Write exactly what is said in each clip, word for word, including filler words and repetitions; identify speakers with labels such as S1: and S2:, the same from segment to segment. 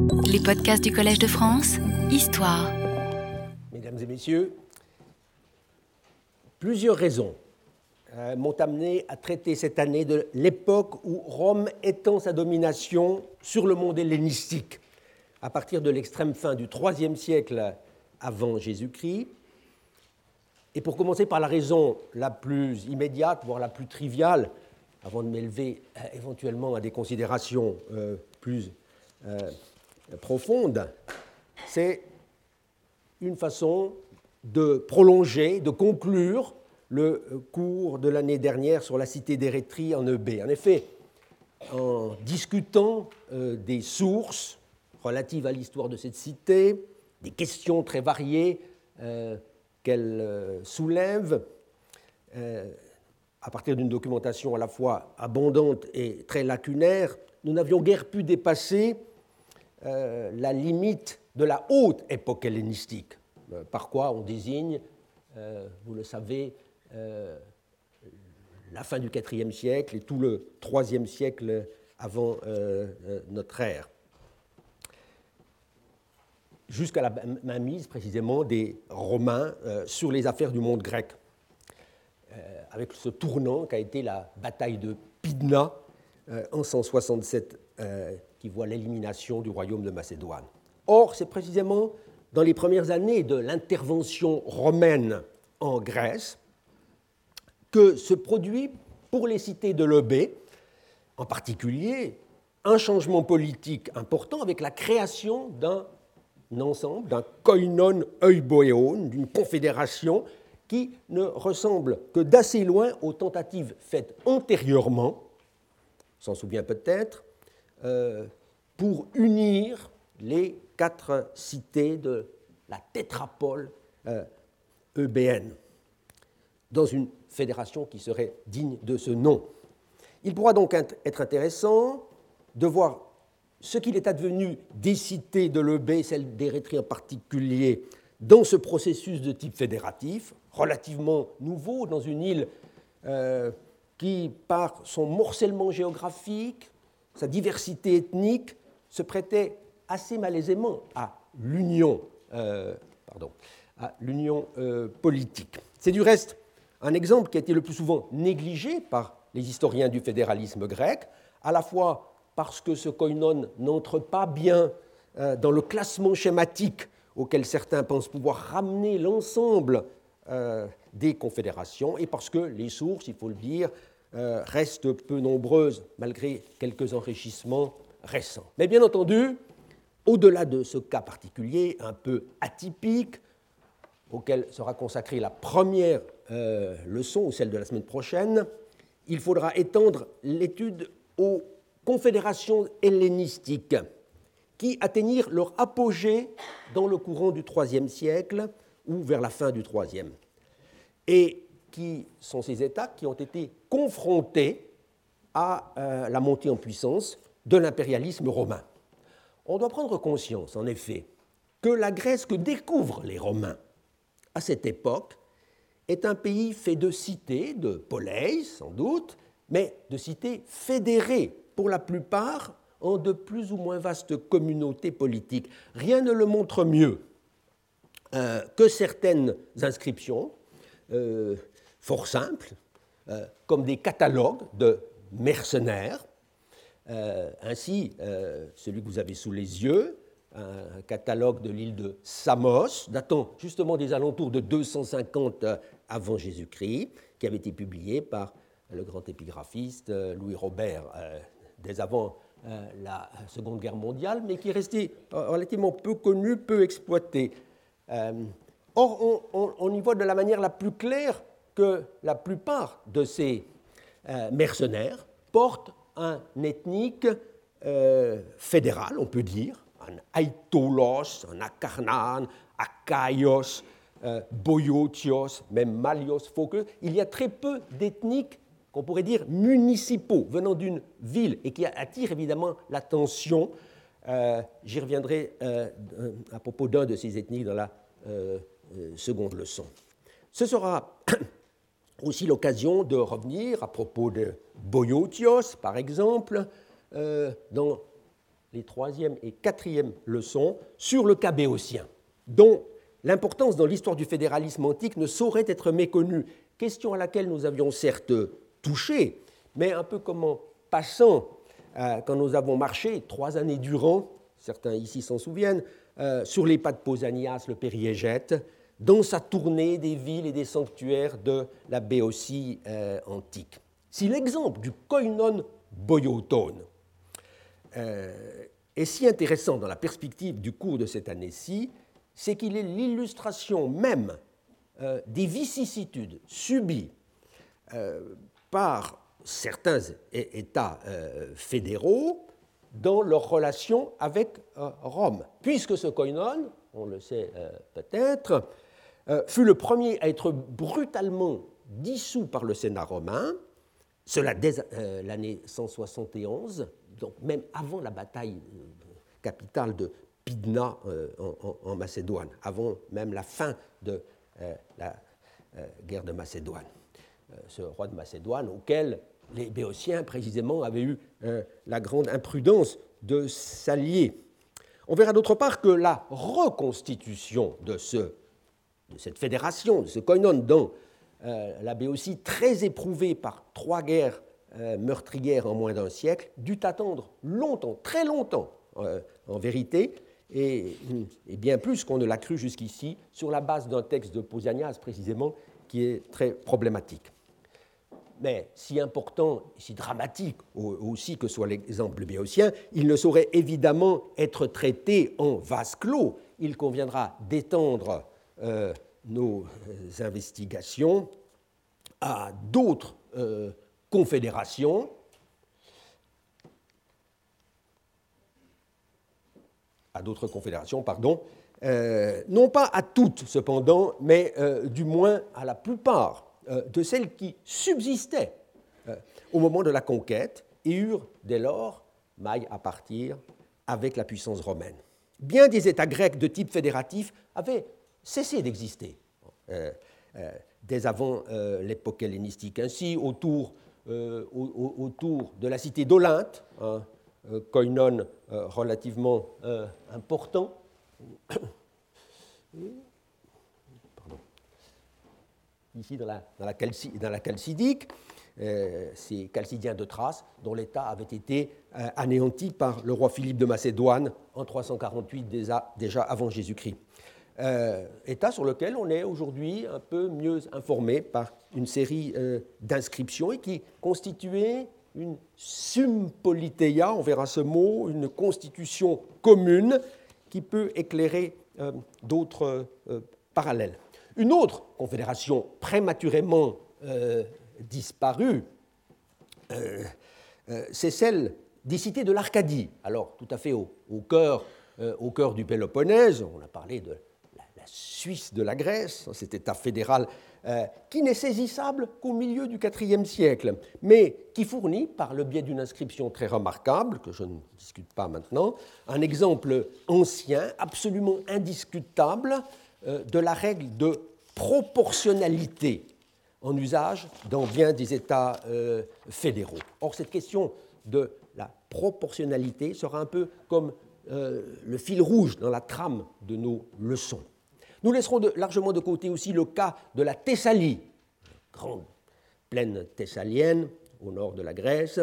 S1: Les podcasts du Collège de France, Histoire.
S2: Mesdames et messieurs, plusieurs raisons euh, m'ont amené à traiter cette année de l'époque où Rome étend sa domination sur le monde hellénistique, à partir de l'extrême fin du troisième siècle avant Jésus-Christ. Et pour commencer par la raison la plus immédiate, voire la plus triviale, avant de m'élever euh, éventuellement à des considérations euh, plus euh, profondes, c'est une façon de prolonger, de conclure le cours de l'année dernière sur la cité d'Érétrie en Eubée. En effet, en discutant euh, des sources relatives à l'histoire de cette cité, des questions très variées euh, qu'elle euh, soulève, euh, à partir d'une documentation à la fois abondante et très lacunaire, nous n'avions guère pu dépasser euh, la limite de la haute époque hellénistique, euh, par quoi on désigne, euh, vous le savez, euh, la fin du quatrième siècle et tout le troisième siècle avant euh, euh, notre ère, jusqu'à la mainmise précisément des Romains euh, sur les affaires du monde grec, euh, avec ce tournant qu'a été la bataille de Pydna euh, en cent soixante-sept, euh, qui voit l'élimination du royaume de Macédoine. Or, c'est précisément dans les premières années de l'intervention romaine en Grèce que se produit pour les cités de l'Eubée, en particulier, un changement politique important avec la création d'un ensemble, d'un koinon euboéon, d'une confédération qui ne ressemble que d'assez loin aux tentatives faites antérieurement, on s'en souvient peut-être, euh, pour unir les quatre cités de la tétrapole euh, eubéenne dans une fédération qui serait digne de ce nom. Il pourra donc être intéressant de voir ce qu'il est advenu des cités de l'Eubée, celle d'Érétrie en particulier, dans ce processus de type fédératif, relativement nouveau dans une île euh, qui, par son morcellement géographique, sa diversité ethnique, se prêtait assez malaisément à l'union, euh, pardon, à l'union euh, politique. C'est du reste un exemple qui a été le plus souvent négligé par les historiens du fédéralisme grec, à la fois parce que ce koinon n'entre pas bien euh, dans le classement schématique auquel certains pensent pouvoir ramener l'ensemble euh, des confédérations, et parce que les sources, il faut le dire, euh, restent peu nombreuses malgré quelques enrichissements récents. Mais bien entendu, au-delà de ce cas particulier un peu atypique, auquel sera consacrée la première euh, leçon, ou celle de la semaine prochaine, il faudra étendre l'étude aux confédérations hellénistiques qui atteignirent leur apogée dans le courant du troisième siècle ou vers la fin du troisième, et qui sont ces États qui ont été confrontés à euh, la montée en puissance de l'impérialisme romain. On doit prendre conscience, en effet, que la Grèce que découvrent les Romains à cette époque est un pays fait de cités, de poleis sans doute, mais de cités fédérées pour la plupart en de plus ou moins vastes communautés politiques. Rien ne le montre mieux euh, que certaines inscriptions euh, fort simples, euh, comme des catalogues de mercenaires. Euh, ainsi, euh, celui que vous avez sous les yeux, un catalogue de l'île de Samos, datant justement des alentours de deux cent cinquante avant Jésus-Christ, qui avait été publié par le grand épigraphiste Louis Robert euh, dès avant euh, la Seconde Guerre mondiale, mais qui est resté relativement peu connu, peu exploité. Euh, or, on, on, on y voit de la manière la plus claire que la plupart de ces euh, mercenaires portent un ethnique euh, fédéral, on peut dire, un Aitolos, un Akarnan, Akaios, euh, Boiotios, même Malios, Phocus. Il y a très peu d'ethniques qu'on pourrait dire municipaux, venant d'une ville, et qui attirent évidemment l'attention. Euh, j'y reviendrai euh, à propos d'un de ces ethniques dans la euh, euh, seconde leçon. Ce sera aussi l'occasion de revenir à propos de Boiotios, par exemple, euh, dans les troisième et quatrième leçons sur le cas béotien, dont l'importance dans l'histoire du fédéralisme antique ne saurait être méconnue, question à laquelle nous avions certes touché, mais un peu comme en passant, euh, quand nous avons marché trois années durant, certains ici s'en souviennent, euh, sur les pas de Pausanias, le périégète, dans sa tournée des villes et des sanctuaires de la Béotie euh, antique. Si l'exemple du koinon boiotone euh, est si intéressant dans la perspective du cours de cette année-ci, c'est qu'il est l'illustration même euh, des vicissitudes subies euh, par certains États euh, fédéraux dans leur relation avec euh, Rome, puisque ce koinon, on le sait euh, peut-être, euh, fut le premier à être brutalement dissous par le Sénat romain, cela dès euh, l'année cent soixante et onze, donc même avant la bataille euh, capitale de Pydna euh, en, en, en Macédoine, avant même la fin de euh, la euh, guerre de Macédoine. Euh, ce roi de Macédoine auquel les Béotiens, précisément, avaient eu euh, la grande imprudence de s'allier. On verra d'autre part que la reconstitution de, ce, de cette fédération, de ce koinon dans euh, la Béotie, très éprouvée par trois guerres euh, meurtrières en moins d'un siècle, dut attendre longtemps, très longtemps, euh, en vérité, et, et bien plus qu'on ne l'a cru jusqu'ici, sur la base d'un texte de Pausanias, précisément, qui est très problématique. Mais si important, si dramatique aussi que soit l'exemple béotien, il ne saurait évidemment être traité en vase clos. Il conviendra d'étendre euh, nos investigations à d'autres euh, confédérations, à d'autres confédérations, pardon, euh, non pas à toutes cependant, mais euh, du moins à la plupart de celles qui subsistaient euh, au moment de la conquête et eurent dès lors maille à partir avec la puissance romaine. Bien des États grecs de type fédératif avaient cessé d'exister euh, euh, dès avant euh, l'époque hellénistique. Ainsi, autour, euh, au, autour de la cité d'Olynte, un euh, koinon euh, relativement euh, important, ici dans la, dans la, calci, dans la Chalcidique, euh, ces Chalcidiens de Thrace, dont l'État avait été euh, anéanti par le roi Philippe de Macédoine en trois cent quarante-huit déjà, déjà avant Jésus-Christ. Euh, État sur lequel on est aujourd'hui un peu mieux informé par une série euh, d'inscriptions et qui constituait une sumpoliteia, on verra ce mot, une constitution commune qui peut éclairer euh, d'autres euh, parallèles. Une autre confédération prématurément euh, disparue, euh, euh, c'est celle des cités de l'Arcadie, alors tout à fait au, au, cœur, euh, au cœur du Péloponnèse. On a parlé de la, la Suisse de la Grèce, cet État fédéral euh, qui n'est saisissable qu'au milieu du quatrième siècle, mais qui fournit, par le biais d'une inscription très remarquable, que je ne discute pas maintenant, un exemple ancien, absolument indiscutable, de la règle de proportionnalité en usage dans bien des États euh, fédéraux. Or, cette question de la proportionnalité sera un peu comme euh, le fil rouge dans la trame de nos leçons. Nous laisserons de, largement de côté aussi le cas de la Thessalie, grande plaine thessalienne au nord de la Grèce,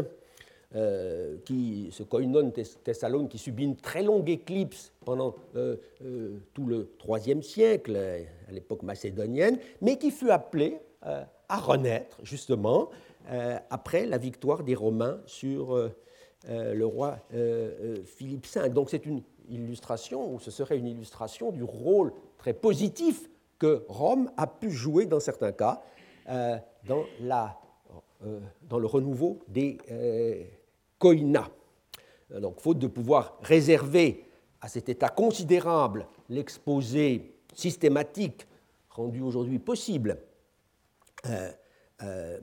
S2: Euh, qui, ce koinon Thessalone qui subit une très longue éclipse pendant euh, euh, tout le troisième siècle, à l'époque macédonienne, mais qui fut appelé euh, à renaître, justement, euh, après la victoire des Romains sur euh, euh, le roi euh, Philippe cinq. Donc c'est une illustration, ou ce serait une illustration du rôle très positif que Rome a pu jouer dans certains cas euh, dans la Euh, dans le renouveau des euh, koinas. Donc, faute de pouvoir réserver à cet état considérable l'exposé systématique rendu aujourd'hui possible euh, euh,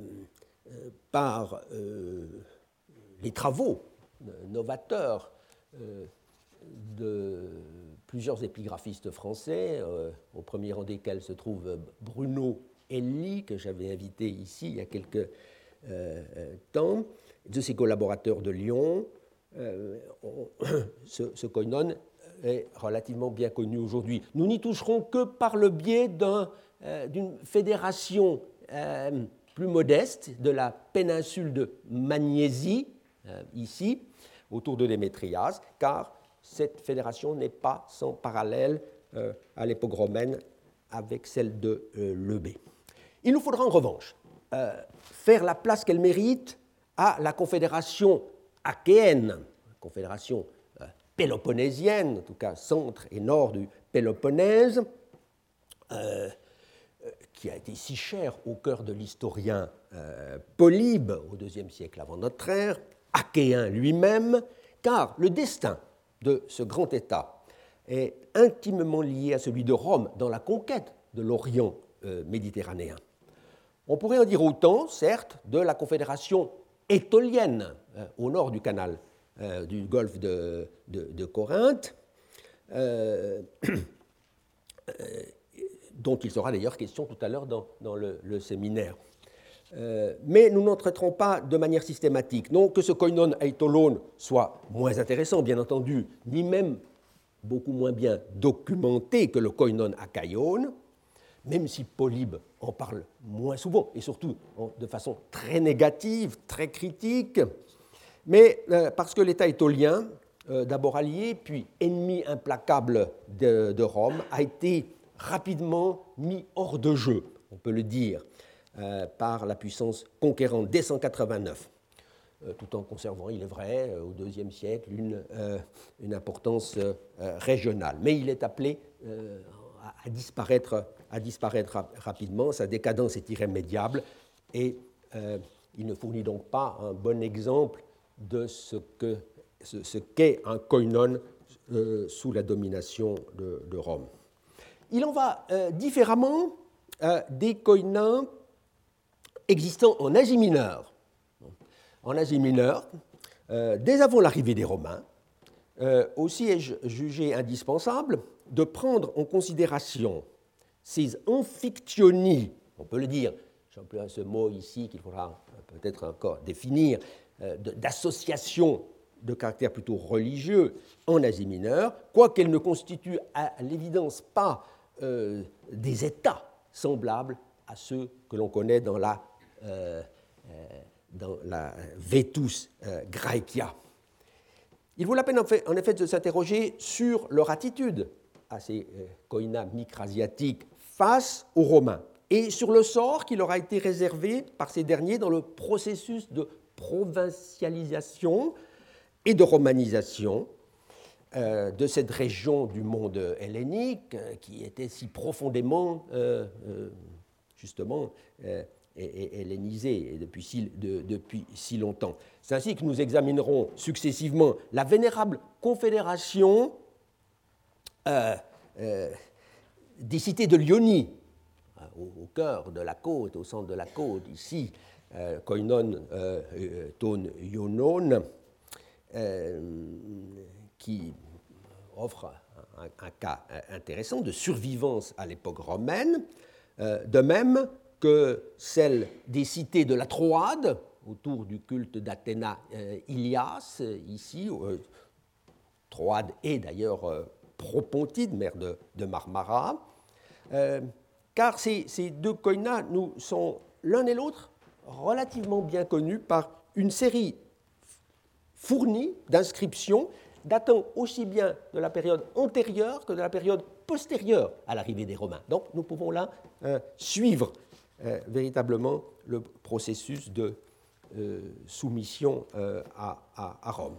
S2: par euh, les travaux novateurs euh, de plusieurs épigraphistes français, euh, au premier rang desquels se trouve Bruno Elli, que j'avais invité ici il y a quelques Euh, temps, de ses collaborateurs de Lyon, euh, on, ce, ce koinon est relativement bien connu aujourd'hui. Nous n'y toucherons que par le biais d'un, euh, d'une fédération euh, plus modeste de la péninsule de Magnésie, euh, ici, autour de Démétrias, car cette fédération n'est pas sans parallèle euh, à l'époque romaine avec celle de euh, Lébé. Il nous faudra en revanche euh, faire la place qu'elle mérite à la confédération achéenne, confédération euh, péloponnésienne, en tout cas centre et nord du Péloponnèse, euh, qui a été si chère au cœur de l'historien euh, Polybe au deuxième siècle avant notre ère, achéen lui-même, car le destin de ce grand État est intimement lié à celui de Rome dans la conquête de l'Orient euh, méditerranéen. On pourrait en dire autant, certes, de la confédération étolienne euh, au nord du canal euh, du golfe de, de, de Corinthe, euh, euh, dont il sera d'ailleurs question tout à l'heure dans, dans le, le séminaire. Euh, mais nous n'en traiterons pas de manière systématique. Non que ce koinon aitolone soit moins intéressant, bien entendu, ni même beaucoup moins bien documenté que le koinon achaïon, même si Polybe en parle moins souvent, et surtout de façon très négative, très critique, mais euh, parce que l'État étolien, euh, d'abord allié, puis ennemi implacable de, de Rome, a été rapidement mis hors de jeu, on peut le dire, euh, par la puissance conquérante dès cent quatre-vingt-neuf, euh, tout en conservant, il est vrai, euh, au deuxième siècle, une, euh, une importance euh, régionale. Mais il est appelé euh, à, à, disparaître, à disparaître rap- rapidement, sa décadence est irrémédiable, et euh, il ne fournit donc pas un bon exemple de ce, que, ce, ce qu'est un koinon euh, sous la domination de, de Rome. Il en va euh, différemment euh, des koinons existant en Asie mineure. En Asie mineure, euh, dès avant l'arrivée des Romains, euh, aussi ai-je jugé indispensable de prendre en considération ces amphictyonies, on peut le dire, j'emploie ce mot ici qu'il faudra peut-être encore définir, euh, de, d'association de caractère plutôt religieux en Asie mineure, quoiqu'elles ne constituent à l'évidence pas euh, des États semblables à ceux que l'on connaît dans la, euh, euh, dans la Vetus euh, Graecia. Il vaut la peine en, fait, en effet de s'interroger sur leur attitude à ces euh, koinas micrasiatiques face aux Romains et sur le sort qui leur a été réservé par ces derniers dans le processus de provincialisation et de romanisation euh, de cette région du monde hellénique euh, qui était si profondément, euh, euh, justement, euh, hellénisée depuis si, de, depuis si longtemps. C'est ainsi que nous examinerons successivement la vénérable confédération euh, euh, des cités de l'Ionie, au, au cœur de la côte, au centre de la côte, ici, euh, koinon euh, ton ionon, euh, qui offre un, un cas intéressant de survivance à l'époque romaine, euh, de même que celle des cités de la Troade, autour du culte d'Athéna euh, Ilias, ici, euh, Troade et d'ailleurs euh, Propontide, mère de, de Marmara, euh, car ces, ces deux koinas nous sont l'un et l'autre relativement bien connus par une série fournie d'inscriptions datant aussi bien de la période antérieure que de la période postérieure à l'arrivée des Romains. Donc nous pouvons là euh, suivre euh, véritablement le processus de euh, soumission euh, à, à, à Rome.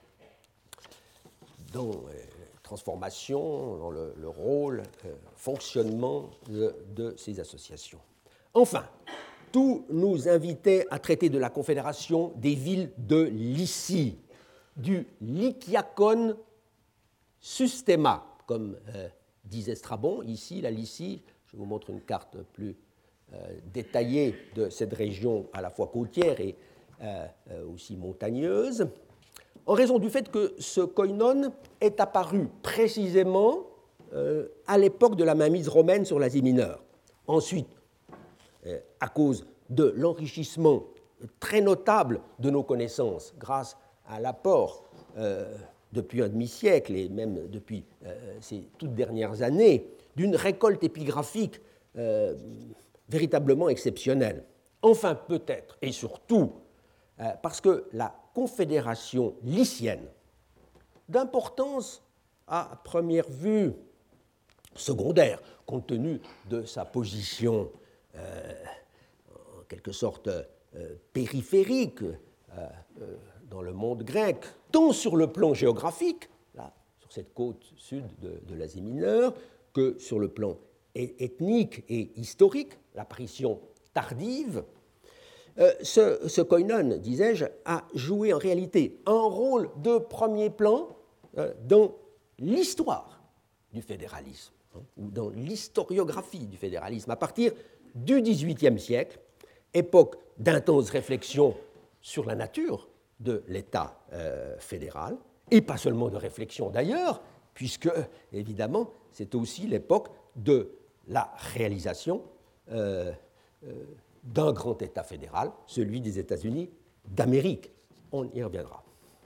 S2: Dans euh, transformation, dans le, le rôle, euh, fonctionnement de, de ces associations. Enfin, tout nous invitait à traiter de la confédération des villes de Lycie, du Lyciacon Systema, comme euh, disait Strabon. Ici, la Lycie, je vous montre une carte plus euh, détaillée de cette région à la fois côtière et euh, euh, aussi montagneuse, en raison du fait que ce koinon est apparu précisément euh, à l'époque de la mainmise romaine sur l'Asie mineure. Ensuite, euh, à cause de l'enrichissement très notable de nos connaissances grâce à l'apport euh, depuis un demi-siècle et même depuis euh, ces toutes dernières années, d'une récolte épigraphique euh, véritablement exceptionnelle. Enfin, peut-être, et surtout, euh, parce que la confédération lycienne, d'importance à première vue secondaire, compte tenu de sa position euh, en quelque sorte euh, périphérique euh, euh, dans le monde grec, tant sur le plan géographique, là, sur cette côte sud de, de l'Asie mineure, que sur le plan ethnique et historique, l'apparition tardive. Euh, ce, ce koinon, disais-je, a joué en réalité un rôle de premier plan euh, dans l'histoire du fédéralisme, hein, ou dans l'historiographie du fédéralisme, à partir du dix-huitième siècle, époque d'intenses réflexions sur la nature de l'État euh, fédéral, et pas seulement de réflexion d'ailleurs, puisque, évidemment, c'est aussi l'époque de la réalisation euh, euh, d'un grand État fédéral, celui des États-Unis d'Amérique. On y reviendra.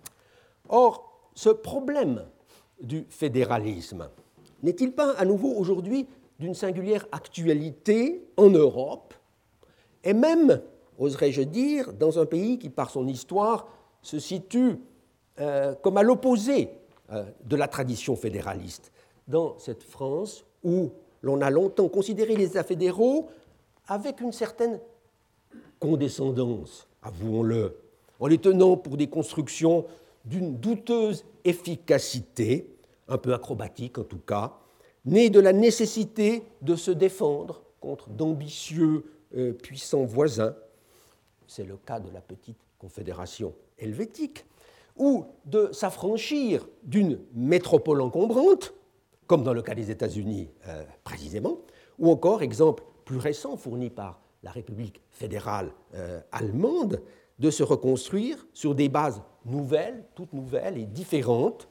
S2: Or, ce problème du fédéralisme n'est-il pas à nouveau aujourd'hui d'une singulière actualité en Europe, et même, oserais-je dire, dans un pays qui, par son histoire, se situe euh, comme à l'opposé euh, de la tradition fédéraliste, dans cette France où l'on a longtemps considéré les États fédéraux avec une certaine condescendance, avouons-le, en les tenant pour des constructions d'une douteuse efficacité, un peu acrobatique en tout cas, nées de la nécessité de se défendre contre d'ambitieux euh, puissants voisins. C'est le cas de la petite confédération helvétique, ou de s'affranchir d'une métropole encombrante, comme dans le cas des États-Unis euh, précisément, ou encore, exemple plus récent fourni par la République fédérale euh, allemande, de se reconstruire sur des bases nouvelles, toutes nouvelles et différentes,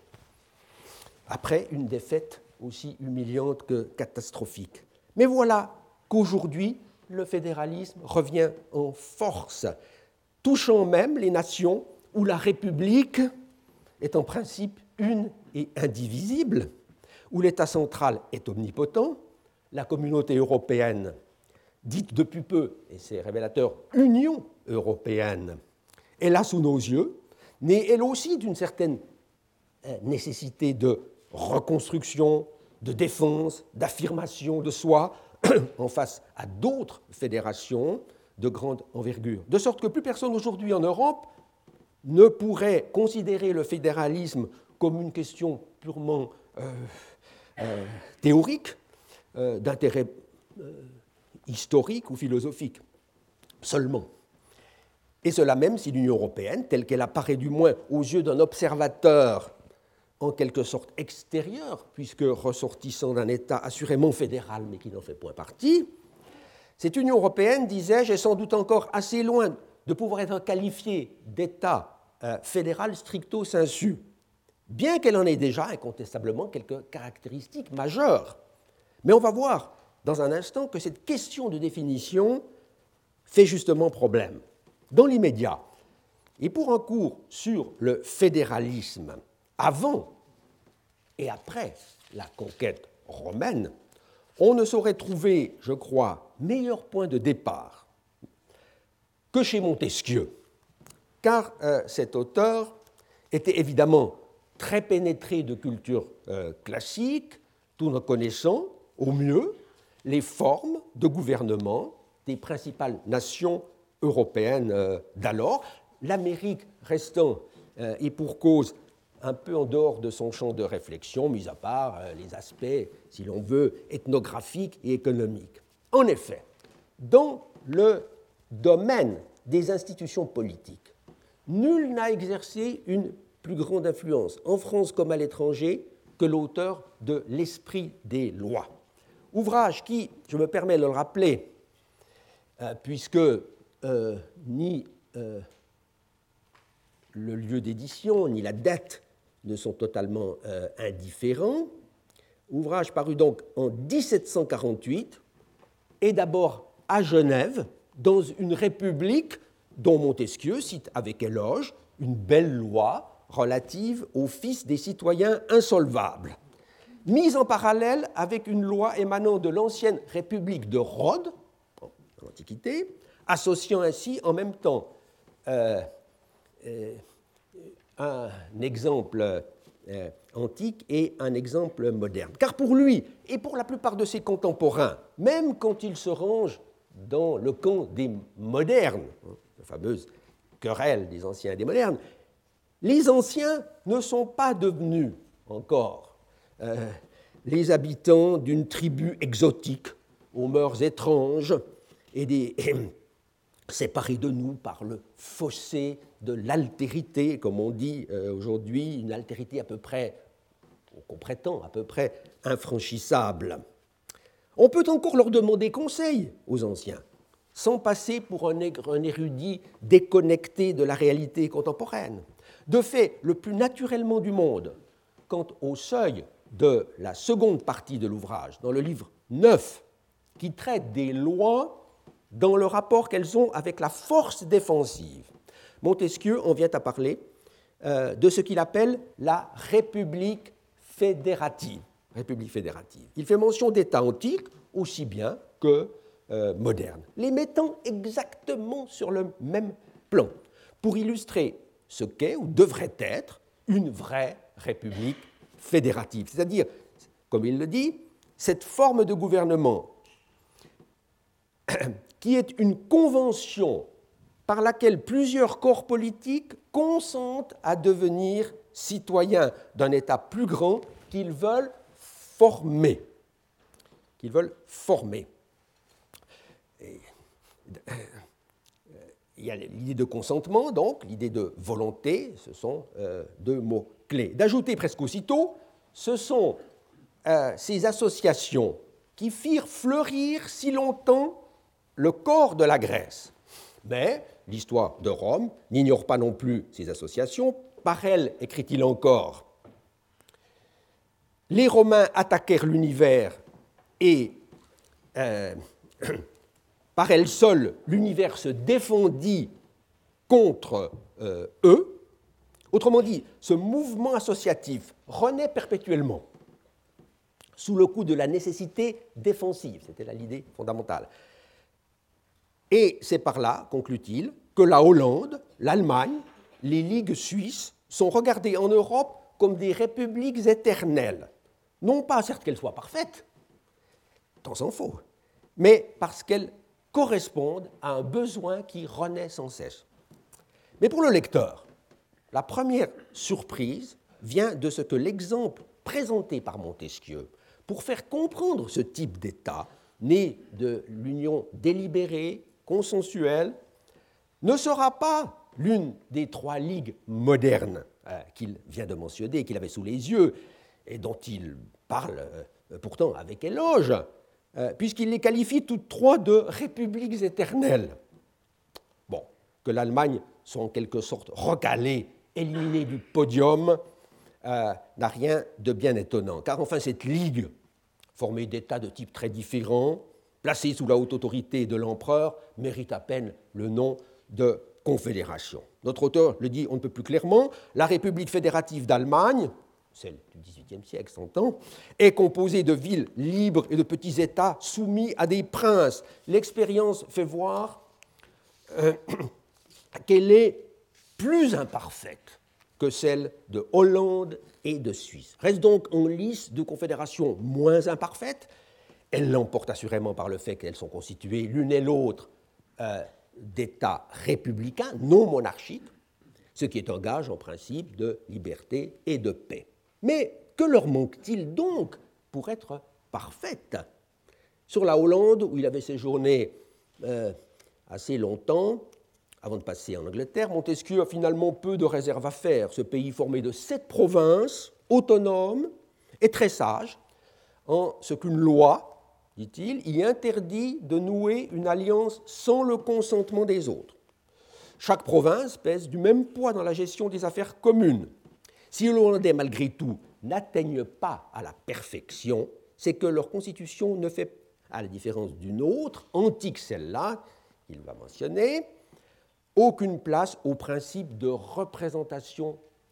S2: après une défaite aussi humiliante que catastrophique. Mais voilà qu'aujourd'hui, le fédéralisme revient en force, touchant même les nations où la République est en principe une et indivisible, où l'État central est omnipotent, la communauté européenne, dite depuis peu, et c'est révélateur, Union européenne, est là sous nos yeux, née elle aussi d'une certaine nécessité de reconstruction, de défense, d'affirmation de soi en face à d'autres fédérations de grande envergure. De sorte que plus personne aujourd'hui en Europe ne pourrait considérer le fédéralisme comme une question purement euh, euh, théorique, euh, d'intérêt euh, historique ou philosophique seulement. Et cela même si l'Union européenne, telle qu'elle apparaît du moins aux yeux d'un observateur en quelque sorte extérieur, puisque ressortissant d'un État assurément fédéral mais qui n'en fait point partie, cette Union européenne, disais-je, est sans doute encore assez loin de pouvoir être qualifiée d'État euh, fédéral stricto sensu, bien qu'elle en ait déjà incontestablement quelques caractéristiques majeures. Mais on va voir dans un instant que cette question de définition fait justement problème. Dans l'immédiat, et pour un cours sur le fédéralisme avant et après la conquête romaine, on ne saurait trouver, je crois, meilleur point de départ que chez Montesquieu, car euh, cet auteur était évidemment très pénétré de culture euh, classique, tout en connaissant au mieux les formes de gouvernement des principales nations européennes euh, d'alors, l'Amérique restant, euh, et pour cause, un peu en dehors de son champ de réflexion, mis à part euh, les aspects, si l'on veut, ethnographiques et économiques. En effet, dans le domaine des institutions politiques, nul n'a exercé une plus grande influence, en France comme à l'étranger, que l'auteur de L'Esprit des lois. Ouvrage qui, je me permets de le rappeler, euh, puisque euh, ni euh, le lieu d'édition, ni la date ne sont totalement euh, indifférents. Ouvrage paru donc en dix-sept cent quarante-huit, et d'abord à Genève, dans une république dont Montesquieu cite avec éloge une belle loi relative aux fils des citoyens insolvables, mise en parallèle avec une loi émanant de l'ancienne République de Rhodes, en l'Antiquité, associant ainsi en même temps euh, euh, un exemple euh, antique et un exemple moderne. Car pour lui, et pour la plupart de ses contemporains, même quand ils se rangent dans le camp des modernes, la fameuse querelle des anciens et des modernes, les anciens ne sont pas devenus encore euh, les habitants d'une tribu exotique aux mœurs étranges et, des, et séparés de nous par le fossé de l'altérité, comme on dit euh, aujourd'hui, une altérité à peu près, qu'on prétend à peu près infranchissable. On peut encore leur demander conseil aux anciens, sans passer pour un, un érudit déconnecté de la réalité contemporaine. De fait, le plus naturellement du monde, quant au seuil de la seconde partie de l'ouvrage, dans le livre neuf, qui traite des lois dans le rapport qu'elles ont avec la force défensive, Montesquieu en vient à parler euh, de ce qu'il appelle la République fédérative. République fédérative. Il fait mention d'États antiques aussi bien que euh, modernes, les mettant exactement sur le même plan, pour illustrer ce qu'est ou devrait être une vraie République fédérative. C'est-à-dire, comme il le dit, cette forme de gouvernement qui est une convention par laquelle plusieurs corps politiques consentent à devenir citoyens d'un État plus grand qu'ils veulent former. Qu'ils veulent former. Et, euh, il y a l'idée de consentement, donc, l'idée de volonté, ce sont euh, deux mots clés. D'ajouter presque aussitôt, ce sont euh, ces associations qui firent fleurir si longtemps le corps de la Grèce. Mais l'histoire de Rome n'ignore pas non plus ces associations. Par elles, écrit-il encore, les Romains attaquèrent l'univers et euh, par elles seules, l'univers se défendit contre euh, eux. Autrement dit, ce mouvement associatif renaît perpétuellement sous le coup de la nécessité défensive. C'était là l'idée fondamentale. Et c'est par là, conclut-il, que la Hollande, l'Allemagne, les ligues suisses sont regardées en Europe comme des républiques éternelles. Non pas, certes, qu'elles soient parfaites, tant s'en faut, mais parce qu'elles correspondent à un besoin qui renaît sans cesse. Mais pour le lecteur, la première surprise vient de ce que l'exemple présenté par Montesquieu pour faire comprendre ce type d'État, né de l'union délibérée, consensuelle, ne sera pas l'une des trois ligues modernes euh, qu'il vient de mentionner, qu'il avait sous les yeux, et dont il parle euh, pourtant avec éloge, euh, puisqu'il les qualifie toutes trois de républiques éternelles. Bon, que l'Allemagne soit en quelque sorte recalée, éliminée du podium, euh, n'a rien de bien étonnant, car enfin cette ligue, formée d'États de types très différents, placée sous la haute autorité de l'empereur, mérite à peine le nom de confédération. Notre auteur le dit on ne peut plus clairement, la République fédérative d'Allemagne, celle du dix-huitième siècle, s'entend, est composée de villes libres et de petits États soumis à des princes. L'expérience fait voir euh, qu'elle est plus imparfaite que celle de Hollande et de Suisse. Reste donc en lice de confédérations moins imparfaites. Elle l'emporte assurément par le fait qu'elles sont constituées l'une et l'autre euh, d'États républicains, non monarchiques, ce qui est un gage en principe de liberté et de paix. Mais que leur manque-t-il donc pour être parfaite ? Sur la Hollande, où il avait séjourné euh, assez longtemps, avant de passer en Angleterre, Montesquieu a finalement peu de réserve à faire. Ce pays formé de sept provinces autonomes et très sages, en ce qu'une loi, dit-il, y interdit de nouer une alliance sans le consentement des autres. Chaque province pèse du même poids dans la gestion des affaires communes. Si les Hollandais, malgré tout, n'atteignent pas à la perfection, c'est que leur constitution ne fait, à la différence d'une autre, antique celle-là, qu'il va mentionner, aucune place au principe de représentation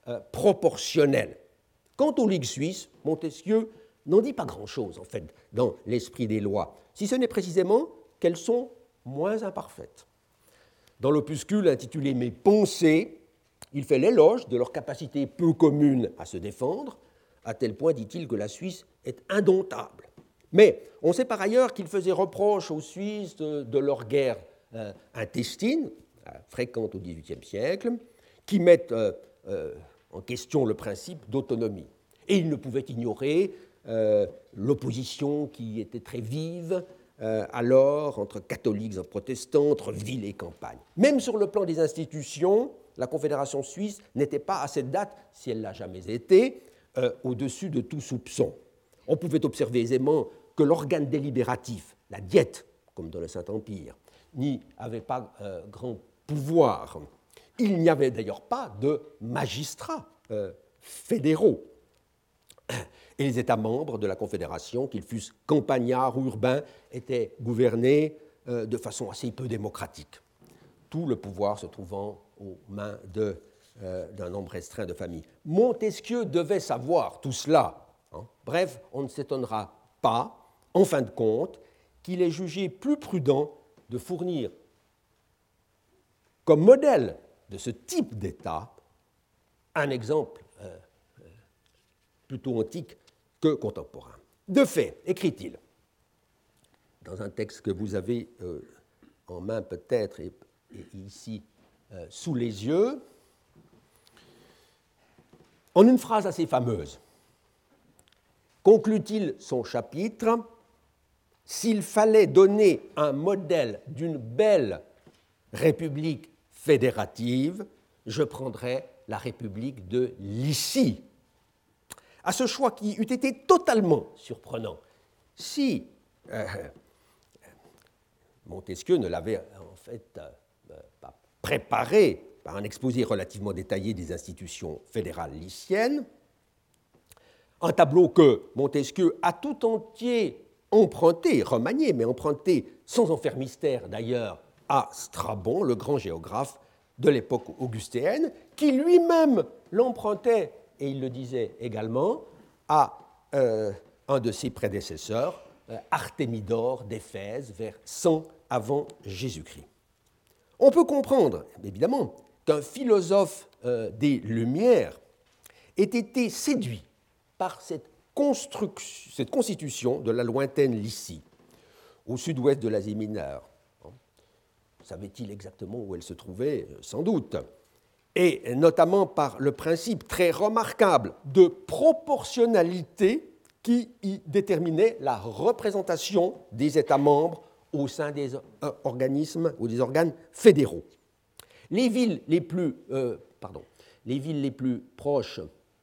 S2: euh, proportionnelle. Quant aux ligues suisses, Montesquieu n'en dit pas grand-chose, en fait, dans l'esprit des lois, si ce n'est précisément qu'elles sont moins imparfaites. Dans l'opuscule intitulé « Mes pensées », il fait l'éloge de leur capacité peu commune à se défendre, à tel point, dit-il, que la Suisse est indomptable. Mais on sait par ailleurs qu'il faisait reproche aux Suisses de, de leur guerre euh, intestine, euh, fréquente au dix-huitième siècle, qui mettent euh, euh, en question le principe d'autonomie. Et il ne pouvait ignorer euh, l'opposition qui était très vive euh, alors entre catholiques et protestants, entre ville et campagne. Même sur le plan des institutions, la Confédération suisse n'était pas à cette date, si elle l'a jamais été, euh, au-dessus de tout soupçon. On pouvait observer aisément que l'organe délibératif, la diète, comme dans le Saint-Empire, n'y avait pas euh, grand pouvoir. Il n'y avait d'ailleurs pas de magistrats euh, fédéraux. Et les États membres de la Confédération, qu'ils fussent campagnards ou urbains, étaient gouvernés euh, de façon assez peu démocratique, tout le pouvoir se trouvant aux mains de, euh, d'un nombre restreint de familles. Montesquieu devait savoir tout cela. Hein. Bref, on ne s'étonnera pas, en fin de compte, qu'il ait jugé plus prudent de fournir comme modèle de ce type d'État un exemple euh, plutôt antique que contemporain. De fait, écrit-il, dans un texte que vous avez euh, en main peut-être et, et ici euh, sous les yeux, en une phrase assez fameuse, conclut-il son chapitre, « S'il fallait donner un modèle d'une belle république fédérative, je prendrais la république de Lycie. » À ce choix qui eût été totalement surprenant si euh, Montesquieu ne l'avait en fait euh, pas préparé par un exposé relativement détaillé des institutions fédérales lyciennes, un tableau que Montesquieu a tout entier emprunté, remanié, mais emprunté sans en faire mystère d'ailleurs à Strabon, le grand géographe de l'époque augustéenne, qui lui-même l'empruntait, et il le disait également, à euh, un de ses prédécesseurs, euh, Artémidore d'Éphèse, vers cent avant Jésus-Christ. On peut comprendre, évidemment, qu'un philosophe euh, des Lumières ait été séduit par cette, cette constitution de la lointaine Lycie, au sud-ouest de l'Asie mineure. Savait-il exactement où elle se trouvait? Sans doute. Et notamment par le principe très remarquable de proportionnalité qui y déterminait la représentation des États membres au sein des organismes ou des organes fédéraux. Les villes les plus, euh, pardon, les villes les plus proches,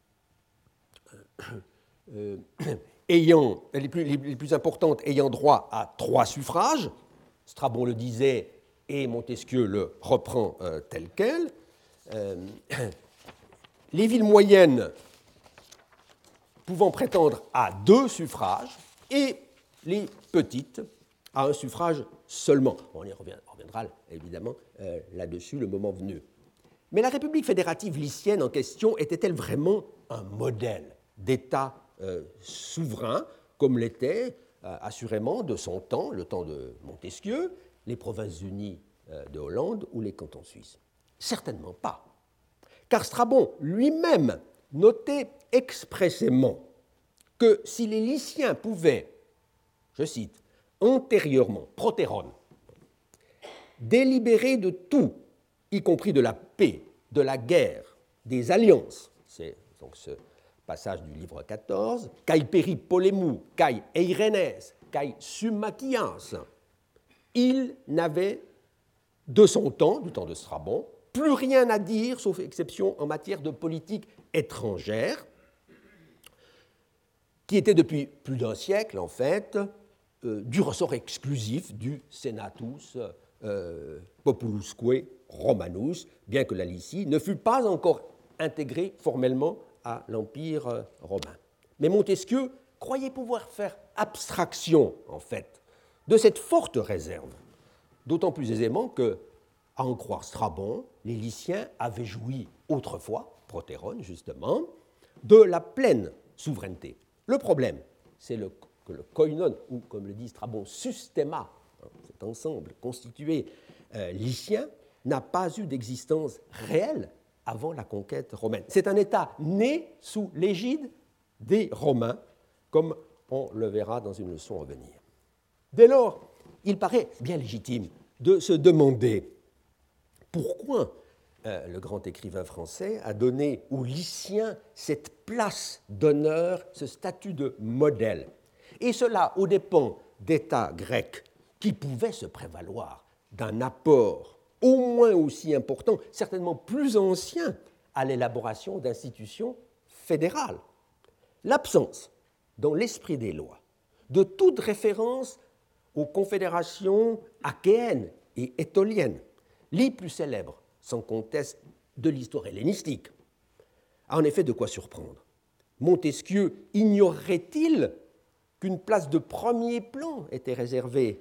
S2: euh, ayant, les plus, les plus importantes ayant droit à trois suffrages, Strabon le disait et Montesquieu le reprend euh, tel quel, euh, les villes moyennes pouvant prétendre à deux suffrages et les petites à un suffrage seulement. On y reviendra évidemment euh, là-dessus le moment venu. Mais la République fédérative lycienne en question était-elle vraiment un modèle d'État euh, souverain, comme l'était euh, assurément de son temps, le temps de Montesquieu, les Provinces-Unies euh, de Hollande ou les cantons suisses? Certainement pas. Car Strabon lui-même notait expressément que si les Lyciens pouvaient, je cite, antérieurement, protéron, délibérer de tout, y compris de la paix, de la guerre, des alliances, c'est donc ce passage du livre quatorze, kai peri polemou, kai eirenes, kai summachias, il n'avait de son temps, du temps de Strabon, plus rien à dire, sauf exception en matière de politique étrangère, qui était depuis plus d'un siècle, en fait, euh, du ressort exclusif du Senatus euh, Populusque Romanus, bien que la Lycie ne fût pas encore intégrée formellement à l'Empire euh, romain. Mais Montesquieu croyait pouvoir faire abstraction, en fait, de cette forte réserve, d'autant plus aisément que, à en croire Strabon, les Lyciens avaient joui autrefois, protéron, justement, de la pleine souveraineté. Le problème, c'est le, que le koinon, ou comme le dit Strabon, systema, hein, cet ensemble constitué euh, lycien, n'a pas eu d'existence réelle avant la conquête romaine. C'est un État né sous l'égide des Romains, comme on le verra dans une leçon à venir. Dès lors, il paraît bien légitime de se demander pourquoi euh, le grand écrivain français a donné aux Lyciens cette place d'honneur, ce statut de modèle, et cela aux dépens d'États grecs qui pouvaient se prévaloir d'un apport au moins aussi important, certainement plus ancien, à l'élaboration d'institutions fédérales. L'absence, dans l'esprit des lois, de toute référence aux confédérations achéennes et étoliennes, les plus célèbres, sans conteste, de l'histoire hellénistique, a en effet de quoi surprendre. Montesquieu ignorerait-il qu'une place de premier plan était réservée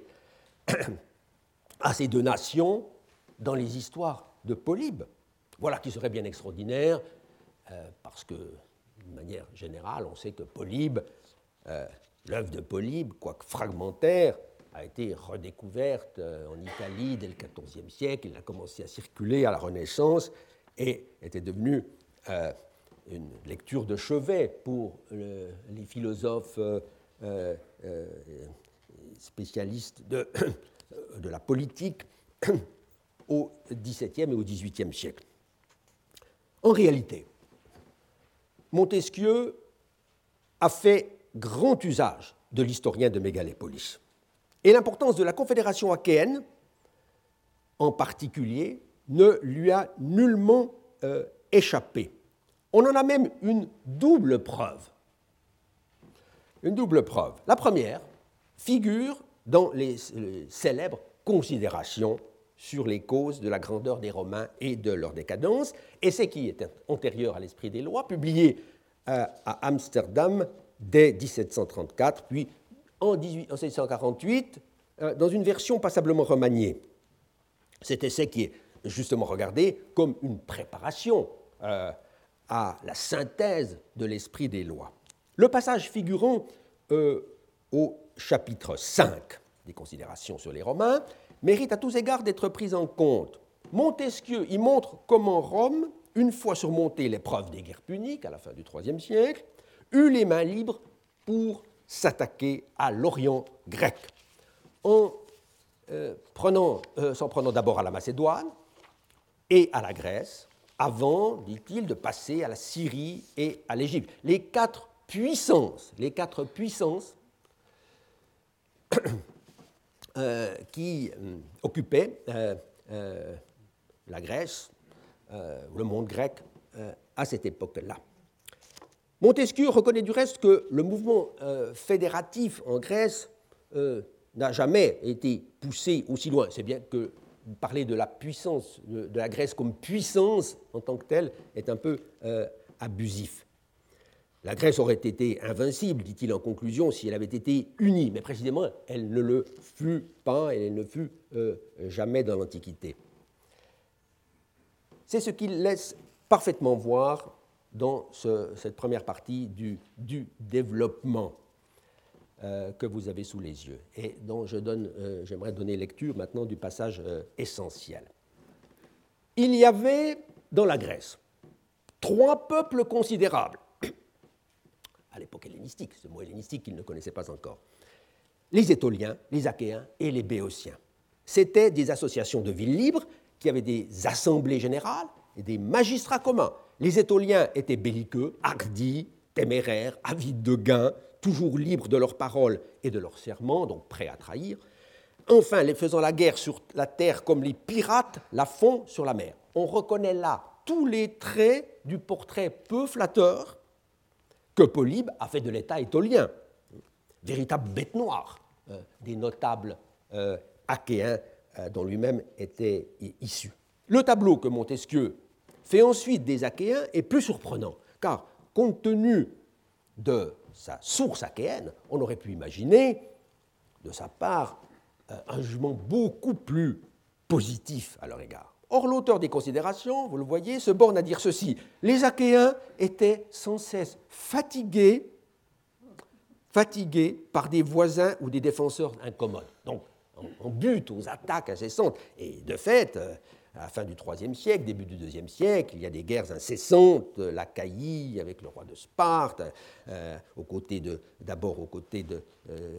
S2: à ces deux nations dans les histoires de Polybe? Voilà qui serait bien extraordinaire, euh, parce que, d'une manière générale, on sait que Polybe, euh, l'œuvre de Polybe, quoique fragmentaire, a été redécouverte euh, en Italie dès le quatorzième siècle. Il a commencé à circuler à la Renaissance et était devenu euh, une lecture de chevet pour le, les philosophes euh, euh, spécialistes de, de la politique au dix-septième et au dix-huitième siècle. En réalité, Montesquieu a fait grand usage de l'historien de Mégalépolis. Et l'importance de la confédération achéenne, en particulier, ne lui a nullement euh, échappé. On en a même une double preuve. Une double preuve. La première figure dans les, les célèbres considérations sur les causes de la grandeur des Romains et de leur décadence, et c'est qui est antérieur à l'esprit des lois, publié euh, à Amsterdam dès dix-sept cent trente-quatre, puis en mille sept cent quarante-huit, euh, dans une version passablement remaniée. Cet essai qui est justement regardé comme une préparation euh, à la synthèse de l'esprit des lois. Le passage figurant euh, au chapitre cinq des considérations sur les Romains mérite à tous égards d'être pris en compte. Montesquieu y montre comment Rome, une fois surmontée l'épreuve des guerres puniques à la fin du troisième siècle, eut les mains libres pour s'attaquer à l'Orient grec, en euh, prenant, euh, s'en prenant d'abord à la Macédoine et à la Grèce, avant, dit-il, de passer à la Syrie et à l'Égypte. Les quatre puissances, les quatre puissances euh, qui euh, occupaient euh, euh, la Grèce, euh, le monde grec, euh, à cette époque-là. Montesquieu reconnaît du reste que le mouvement euh, fédératif en Grèce euh, n'a jamais été poussé aussi loin. C'est bien que parler de la puissance, de, de la Grèce comme puissance en tant que telle, est un peu euh, abusif. La Grèce aurait été invincible, dit-il en conclusion, si elle avait été unie, mais précisément, elle ne le fut pas et elle ne fut euh, jamais dans l'Antiquité. C'est ce qu'il laisse parfaitement voir dans ce, cette première partie du, du développement euh, que vous avez sous les yeux et dont je donne, euh, j'aimerais donner lecture maintenant du passage euh, essentiel. Il y avait dans la Grèce trois peuples considérables, à l'époque hellénistique, ce mot hellénistique qu'il ne connaissait pas encore, les Étoliens, les Achéens et les Béotiens. C'étaient des associations de villes libres qui avaient des assemblées générales et des magistrats communs. Les Étoliens étaient belliqueux, hardis, téméraires, avides de gain, toujours libres de leurs paroles et de leurs serments, donc prêts à trahir. Enfin, les faisant la guerre sur la terre comme les pirates la font sur la mer. On reconnaît là tous les traits du portrait peu flatteur que Polybe a fait de l'État étolien, véritable bête noire euh, des notables euh, achéens euh, dont lui-même était issu. Le tableau que Montesquieu fait ensuite des Achéens est plus surprenant, car compte tenu de sa source achéenne, on aurait pu imaginer de sa part un jugement beaucoup plus positif à leur égard. Or, l'auteur des Considérations, vous le voyez, se borne à dire ceci. Les Achéens étaient sans cesse fatigués, fatigués par des voisins ou des défenseurs incommodes. Donc, on bute aux attaques incessantes. Et de fait, à la fin du troisième siècle, début du deuxième siècle, il y a des guerres incessantes, l'Achaïe avec le roi de Sparte, euh, aux côtés de, d'abord aux côtés de, euh,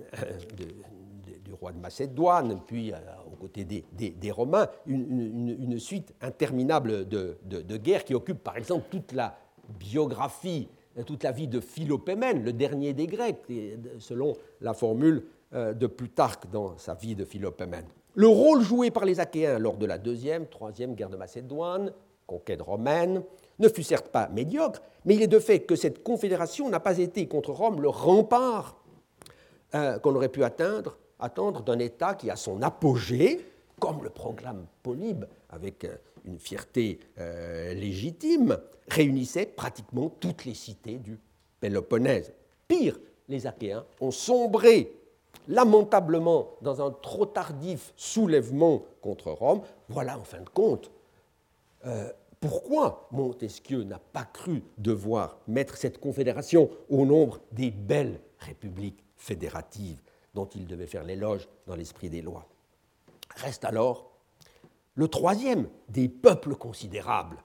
S2: de, de, du roi de Macédoine, puis euh, aux côtés des, des, des Romains, une, une, une suite interminable de, de, de guerres qui occupe par exemple toute la biographie, toute la vie de Philopémène, le dernier des Grecs, selon la formule de Plutarque dans sa vie de Philopémène. Le rôle joué par les Achéens lors de la deuxième, troisième guerre de Macédoine, conquête romaine, ne fut certes pas médiocre, mais il est de fait que cette confédération n'a pas été contre Rome le rempart euh, qu'on aurait pu atteindre, attendre d'un État qui, à son apogée, comme le proclame Polybe avec une fierté euh, légitime, réunissait pratiquement toutes les cités du Péloponnèse. Pire, les Achéens ont sombré lamentablement dans un trop tardif soulèvement contre Rome. Voilà, en fin de compte, euh, pourquoi Montesquieu n'a pas cru devoir mettre cette confédération au nombre des belles républiques fédératives dont il devait faire l'éloge dans l'esprit des lois. Reste alors le troisième des peuples considérables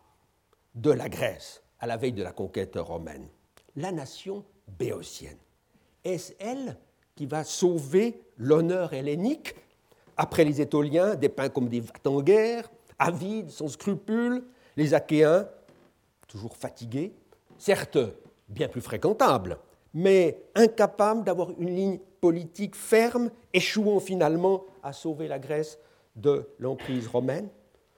S2: de la Grèce à la veille de la conquête romaine, la nation béotienne. Est-ce elle qui va sauver l'honneur hellénique après les Étoliens, dépeints comme des vats en guerre, avides, sans scrupules, les Achéens, toujours fatigués, certes bien plus fréquentables, mais incapables d'avoir une ligne politique ferme, échouant finalement à sauver la Grèce de l'emprise romaine?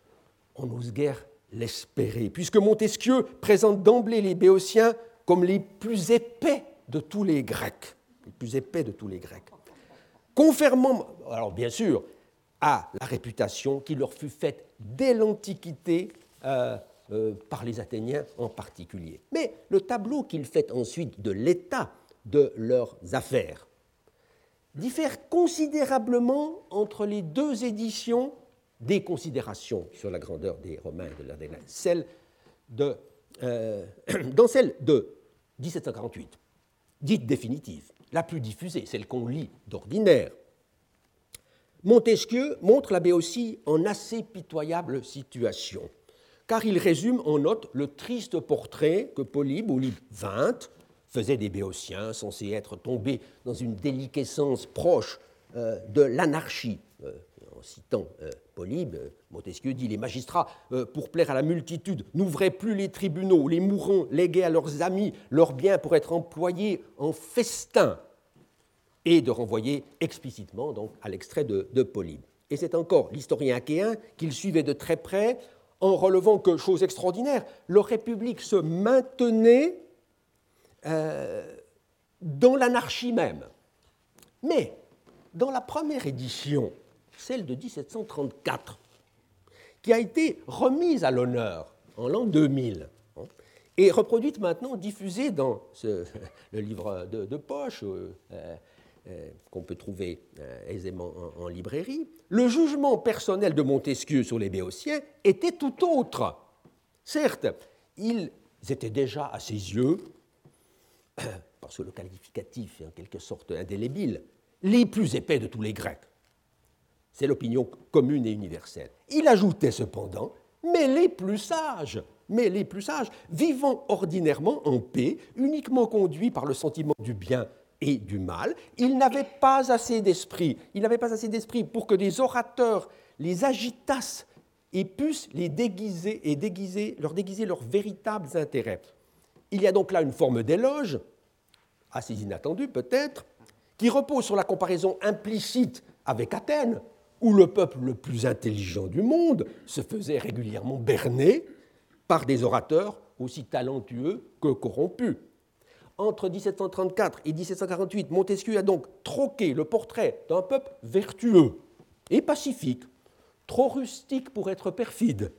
S2: On n'ose guère l'espérer, puisque Montesquieu présente d'emblée les Béotiens comme les plus épais de tous les Grecs. les plus épais de tous les Grecs, confirmant, alors bien sûr, à la réputation qui leur fut faite dès l'Antiquité euh, euh, par les Athéniens en particulier. Mais le tableau qu'il fait ensuite de l'état de leurs affaires diffère considérablement entre les deux éditions des Considérations sur la grandeur des Romains et de l'ère des Grecs. Celle de, euh, dans celle de dix-sept cent quarante-huit, dite définitive, la plus diffusée, celle qu'on lit d'ordinaire, Montesquieu montre la Béotie en assez pitoyable situation, car il résume en note le triste portrait que Polybe, ou Polybe vingt, faisait des Béotiens censés être tombés dans une déliquescence proche euh, de l'anarchie. Euh, en citant euh, Polybe, euh, Montesquieu dit « Les magistrats, euh, pour plaire à la multitude, n'ouvraient plus les tribunaux, les mourants léguaient à leurs amis leurs biens pour être employés en festin » et de renvoyer explicitement donc, à l'extrait de, de Polybe. Et c'est encore l'historien achéen qu'il suivait de très près en relevant que, chose extraordinaire, leur république se maintenait euh, dans l'anarchie même. Mais dans la première édition, celle de dix-sept cent trente-quatre, qui a été remise à l'honneur en l'an deux mille, hein, et reproduite maintenant, diffusée dans ce, le livre de, de poche, euh, euh, qu'on peut trouver euh, aisément en, en librairie, le jugement personnel de Montesquieu sur les Béotiens était tout autre. Certes, ils étaient déjà à ses yeux, parce que le qualificatif est en quelque sorte indélébile, les plus épais de tous les Grecs. C'est l'opinion commune et universelle. Il ajoutait cependant, mais les plus sages, mais les plus sages, vivant ordinairement en paix, uniquement conduits par le sentiment du bien et du mal, ils n'avaient pas assez d'esprit, ils n'avaient pas assez d'esprit pour que des orateurs les agitassent et puissent les déguiser et déguiser, leur déguiser leurs véritables intérêts. Il y a donc là une forme d'éloge, assez inattendue peut-être, qui repose sur la comparaison implicite avec Athènes, où le peuple le plus intelligent du monde se faisait régulièrement berner par des orateurs aussi talentueux que corrompus. Entre dix-sept cent trente-quatre et dix-sept cent quarante-huit, Montesquieu a donc troqué le portrait d'un peuple vertueux et pacifique, trop rustique pour être perfide,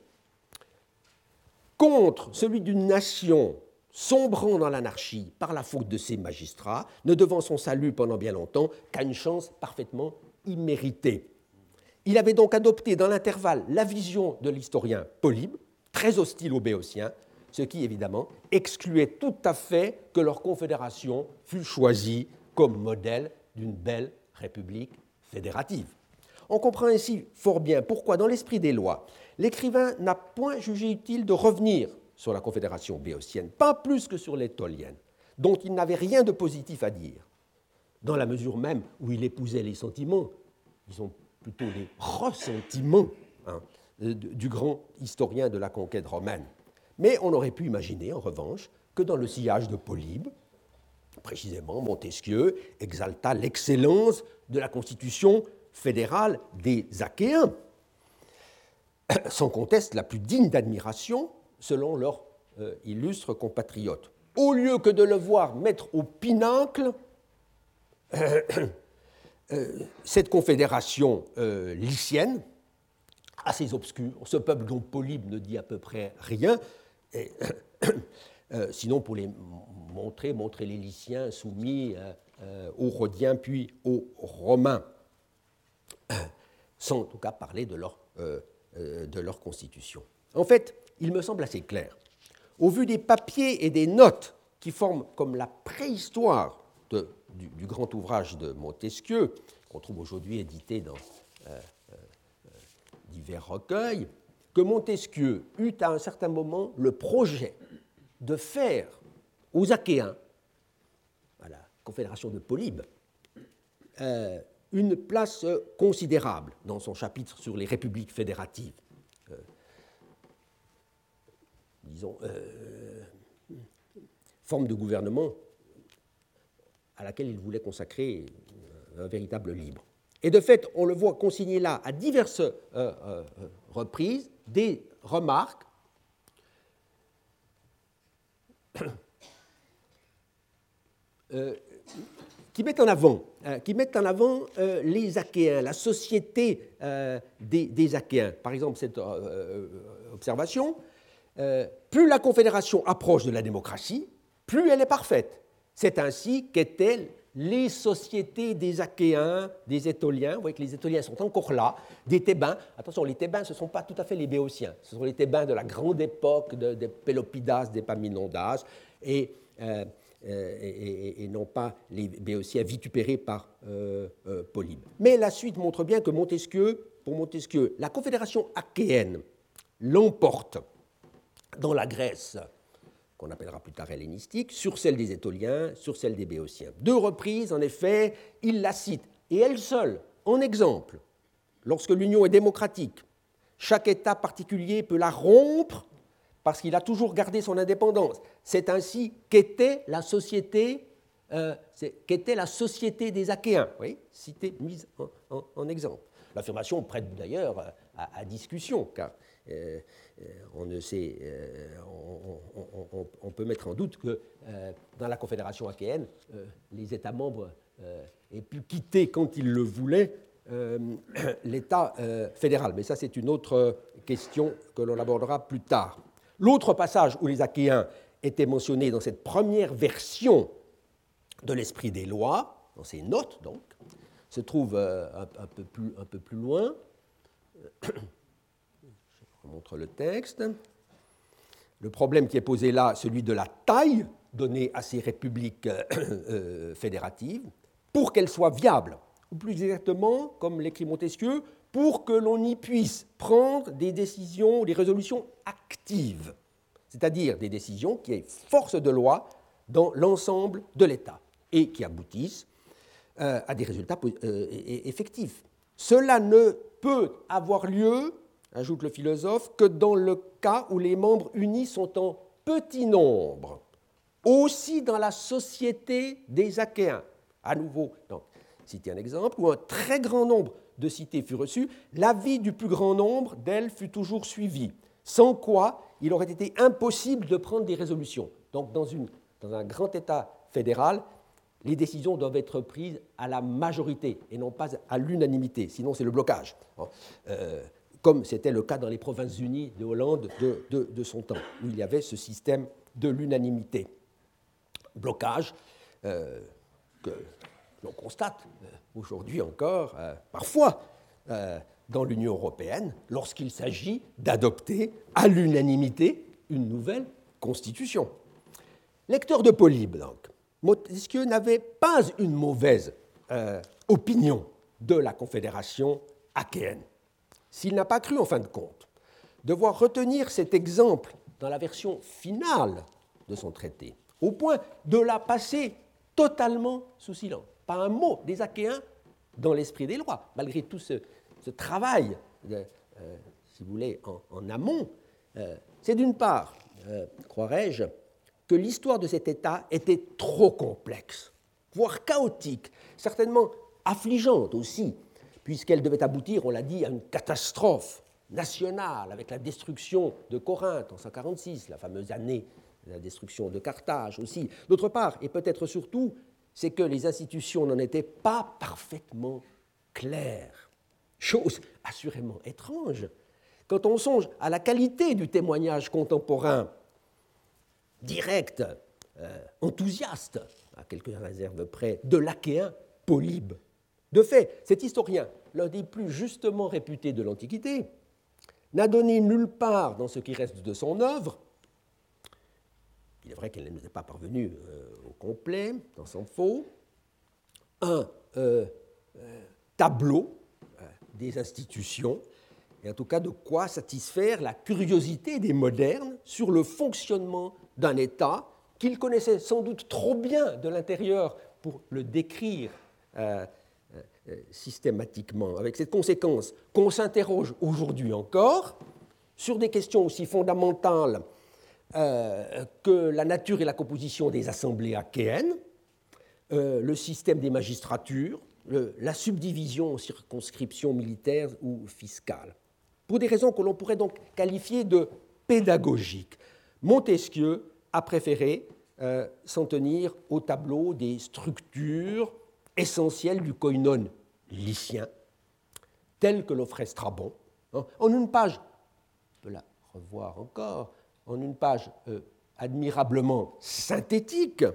S2: contre celui d'une nation sombrant dans l'anarchie par la faute de ses magistrats, ne devant son salut pendant bien longtemps qu'à une chance parfaitement imméritée. Il avait donc adopté dans l'intervalle la vision de l'historien Polybe, très hostile aux Béotiens, ce qui évidemment excluait tout à fait que leur confédération fût choisie comme modèle d'une belle république fédérative. On comprend ainsi fort bien pourquoi, dans l'esprit des lois, l'écrivain n'a point jugé utile de revenir sur la confédération béotienne, pas plus que sur l'étolienne, dont il n'avait rien de positif à dire, dans la mesure même où il épousait les sentiments, disons plutôt les ressentiments, hein, du grand historien de la conquête romaine. Mais on aurait pu imaginer, en revanche, que dans le sillage de Polybe, précisément, Montesquieu exalta l'excellence de la constitution fédérale des Achéens, sans conteste la plus digne d'admiration selon leurs euh, illustres compatriotes. Au lieu que de le voir mettre au pinacle euh, euh, cette confédération euh, lycienne, assez obscure, ce peuple dont Polybe ne dit à peu près rien, et, euh, sinon pour les montrer, montrer les Lyciens soumis euh, euh, aux Rhodiens puis aux Romains, sans en tout cas parler de leur, euh, euh, de leur constitution. En fait, il me semble assez clair, au vu des papiers et des notes qui forment comme la préhistoire de, du, du grand ouvrage de Montesquieu, qu'on trouve aujourd'hui édité dans euh, euh, divers recueils, que Montesquieu eut à un certain moment le projet de faire aux Achéens, à la confédération de Polybe, euh, une place considérable dans son chapitre sur les républiques fédératives. Euh, disons, euh, forme de gouvernement à laquelle il voulait consacrer un véritable livre. Et de fait, on le voit consigner là, à diverses euh, euh, reprises, des remarques euh, qui mettent en avant, euh, qui mettent en avant euh, les Achéens, la société euh, des, des Achéens. Par exemple, cette euh, observation, euh, plus la Confédération approche de la démocratie, plus elle est parfaite. C'est ainsi qu'étaient les sociétés des Achéens, des Étoliens. Vous voyez que les Étoliens sont encore là, des Thébains. Attention, les Thébains, ce ne sont pas tout à fait les Béotiens. Ce sont les Thébains de la grande époque de, des Pélopidas, des Paminondas, et, euh, et, et, et non pas les Béotiens vitupérés par euh, euh, Polybe. Mais la suite montre bien que Montesquieu, pour Montesquieu, la confédération achéenne l'emporte dans la Grèce, qu'on appellera plus tard hellénistique, sur celle des Étoliens, sur celle des Béotiens. Deux reprises, en effet, il la cite, et elle seule, en exemple, lorsque l'union est démocratique, chaque État particulier peut la rompre parce qu'il a toujours gardé son indépendance. C'est ainsi qu'était la société, euh, qu'était la société des Achéens, oui, citée, mise en, en, en exemple. L'affirmation prête d'ailleurs à, à discussion, car euh, on, ne sait, euh, on, on, on, on peut mettre en doute que euh, dans la Confédération achéenne, euh, les États membres euh, aient pu quitter quand ils le voulaient euh, l'État euh, fédéral. Mais ça, c'est une autre question que l'on abordera plus tard. L'autre passage où les Achéens étaient mentionnés dans cette première version de l'esprit des lois, dans ces notes donc, se trouve euh, un, un, peu plus, un peu plus loin. Je montre le texte. Le problème qui est posé là, celui de la taille donnée à ces républiques euh, fédératives, pour qu'elles soient viables, ou plus exactement, comme l'écrit Montesquieu, pour que l'on y puisse prendre des décisions, des résolutions actives, c'est-à-dire des décisions qui aient force de loi dans l'ensemble de l'État et qui aboutissent euh, à des résultats euh, effectifs. Cela ne peut avoir lieu, ajoute le philosophe, que dans le cas où les membres unis sont en petit nombre, aussi dans la société des Achéens. À nouveau, donc, citer un exemple, où un très grand nombre de cités fut reçu, l'avis du plus grand nombre d'elles fut toujours suivi, sans quoi il aurait été impossible de prendre des résolutions. Donc, dans, une, dans un grand État fédéral, les décisions doivent être prises à la majorité et non pas à l'unanimité, sinon c'est le blocage. Euh, comme c'était le cas dans les Provinces-Unies de Hollande de, de, de son temps, où il y avait ce système de l'unanimité. Blocage euh, que l'on constate euh, aujourd'hui encore, euh, parfois, euh, dans l'Union européenne lorsqu'il s'agit d'adopter à l'unanimité une nouvelle constitution. Lecteur de Polybe, donc, Montesquieu n'avait pas une mauvaise euh, opinion de la confédération achéenne. S'il n'a pas cru, en fin de compte, devoir retenir cet exemple dans la version finale de son traité, au point de la passer totalement sous silence. Pas un mot des Achéens dans l'esprit des lois, malgré tout ce, ce travail, de, euh, si vous voulez, en, en amont. Euh, c'est d'une part, euh, croirais-je, que l'histoire de cet État était trop complexe, voire chaotique, certainement affligeante aussi, puisqu'elle devait aboutir, on l'a dit, à une catastrophe nationale avec la destruction de Corinthe en cent quarante-six, la fameuse année de la destruction de Carthage aussi. D'autre part, et peut-être surtout, c'est que les institutions n'en étaient pas parfaitement claires. Chose assurément étrange quand on songe à la qualité du témoignage contemporain, direct, euh, enthousiaste, à quelques réserves près, de l'Achéen Polybe. De fait, cet historien, l'un des plus justement réputés de l'Antiquité, n'a donné nulle part dans ce qui reste de son œuvre. Il est vrai qu'elle ne nous est pas parvenue euh, au complet, dans son faux, un euh, euh, tableau euh, des institutions, et en tout cas de quoi satisfaire la curiosité des modernes sur le fonctionnement d'un État qu'ils connaissaient sans doute trop bien de l'intérieur pour le décrire euh, euh, systématiquement, avec cette conséquence qu'on s'interroge aujourd'hui encore sur des questions aussi fondamentales Euh, que la nature et la composition des assemblées achéennes, euh, le système des magistratures, le, la subdivision en circonscriptions militaires ou fiscales. Pour des raisons que l'on pourrait donc qualifier de pédagogiques, Montesquieu a préféré euh, s'en tenir au tableau des structures essentielles du koinon lycien, tel que l'offrait Strabon, hein, en une page, on peut la revoir encore, en une page euh, admirablement synthétique,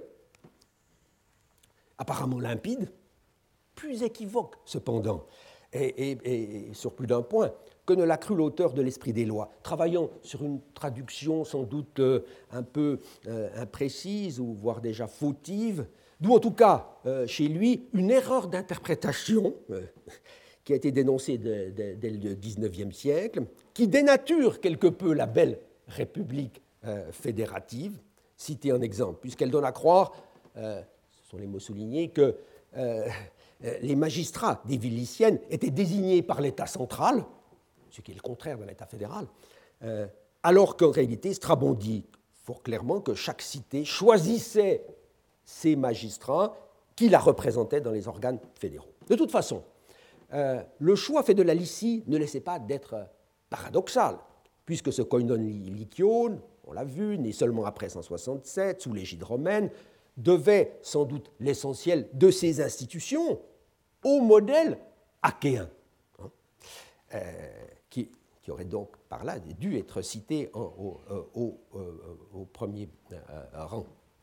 S2: apparemment limpide, plus équivoque cependant, et, et, et sur plus d'un point, que ne l'a cru l'auteur de l'Esprit des lois, travaillant sur une traduction sans doute euh, un peu euh, imprécise, ou voire déjà fautive, d'où en tout cas, euh, chez lui, une erreur d'interprétation euh, qui a été dénoncée de, de, dès le dix-neuvième siècle, qui dénature quelque peu la belle République euh, fédérative, citer un exemple, puisqu'elle donne à croire, euh, ce sont les mots soulignés, que euh, les magistrats des villes lyciennes étaient désignés par l'État central, ce qui est le contraire de l'État fédéral, euh, alors qu'en réalité, Strabon dit fort clairement que chaque cité choisissait ses magistrats qui la représentaient dans les organes fédéraux. De toute façon, euh, le choix fait de la Lycie ne laissait pas d'être paradoxal, puisque ce koinon lycion, on l'a vu, né seulement après cent soixante-sept, sous l'égide romaine, devait sans doute l'essentiel de ses institutions au modèle achéen, hein, euh, qui, qui aurait donc par là dû être cité en, au, au, au, au premier euh, rang.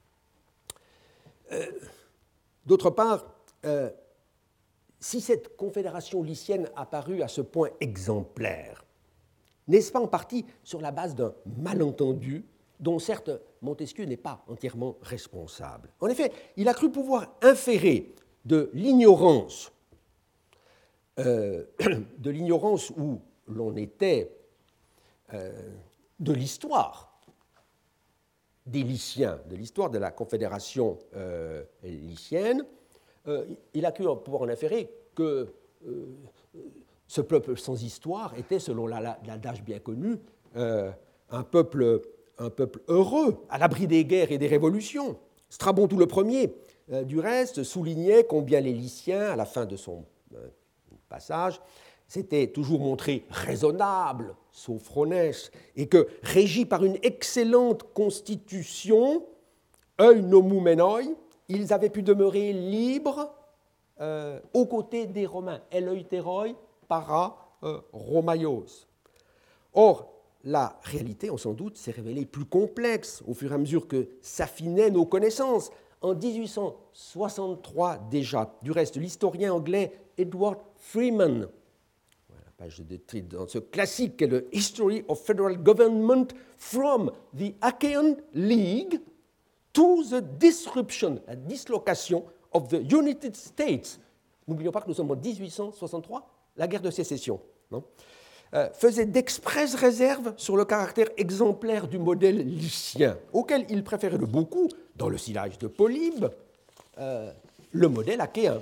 S2: Euh, d'autre part, euh, si cette confédération lycienne apparut à ce point exemplaire, n'est-ce pas en partie sur la base d'un malentendu dont certes Montesquieu n'est pas entièrement responsable. En effet, il a cru pouvoir inférer de l'ignorance, euh, de l'ignorance où l'on était euh, de l'histoire des Lyciens, de l'histoire de la confédération euh, lycienne, euh, il a cru pouvoir en inférer que euh, ce peuple sans histoire était, selon l'adage bien connu, euh, un, peuple, un peuple heureux, à l'abri des guerres et des révolutions. Strabon tout le premier, euh, du reste, soulignait combien les Lyciens, à la fin de son euh, passage, s'étaient toujours montrés raisonnables, sophronès, et que, régis par une excellente constitution, œil nomoumenoi, ils avaient pu demeurer libres euh, aux côtés des Romains, eleuteroi, para euh, Romaios. Or, la réalité, on s'en doute, s'est révélée plus complexe au fur et à mesure que s'affinaient nos connaissances. En dix-huit cent soixante-trois déjà, du reste, l'historien anglais Edward Freeman, voilà, page de titre dans ce classique qu'est le History of Federal Government from the Achaean League to the disruption, la dislocation of the United States. N'oublions pas que nous sommes en dix-huit cent soixante-trois, la guerre de sécession, non euh, faisait d'expresses réserves sur le caractère exemplaire du modèle lycien, auquel il préférait de beaucoup, dans le sillage de Polybe, euh, le modèle achéen.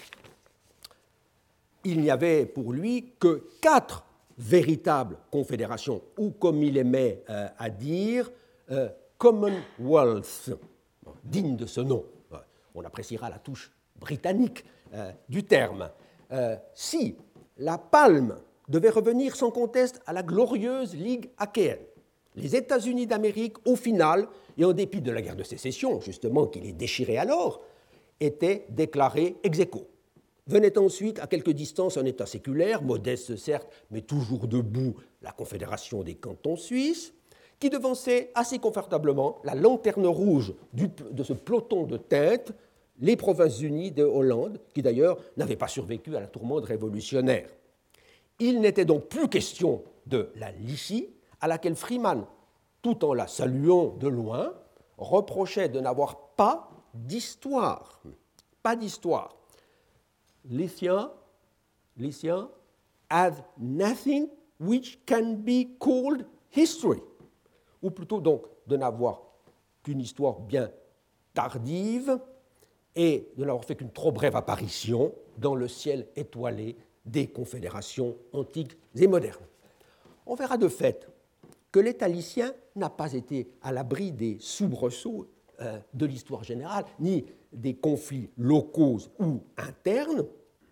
S2: Il n'y avait pour lui que quatre véritables confédérations, ou comme il aimait euh, à dire, euh, Commonwealth, digne de ce nom. On appréciera la touche britannique euh, du terme. Euh, si la palme devait revenir sans conteste à la glorieuse Ligue achéenne, les États-Unis d'Amérique, au final, et en dépit de la guerre de sécession, justement, qui les déchirait alors, étaient déclarés ex aequo. Venait ensuite, à quelque distance, un État séculaire, modeste certes, mais toujours debout, la Confédération des cantons suisses, qui devançait assez confortablement la lanterne rouge du, de ce peloton de tête, les Provinces-Unies de Hollande, qui d'ailleurs n'avaient pas survécu à la tourmente révolutionnaire. Il n'était donc plus question de la Lycie, à laquelle Freeman, tout en la saluant de loin, reprochait de n'avoir pas d'histoire. Pas d'histoire. Lyciens, Lyciens have nothing which can be called history. Ou plutôt donc de n'avoir qu'une histoire bien tardive et de n'avoir fait qu'une trop brève apparition dans le ciel étoilé des confédérations antiques et modernes. On verra de fait que l'État lycien n'a pas été à l'abri des soubresauts euh, de l'histoire générale, ni des conflits locaux ou internes,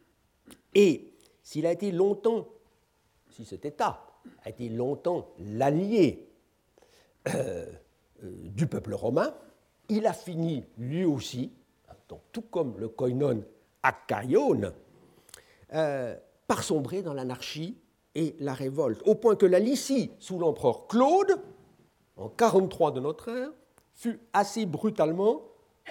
S2: et s'il a été longtemps, si cet État a été longtemps l'allié Euh, euh, du peuple romain, il a fini lui aussi, donc, tout comme le koinon achaïon, euh, par sombrer dans l'anarchie et la révolte, au point que la Lycie, sous l'empereur Claude, en quarante-trois de notre ère, fut assez brutalement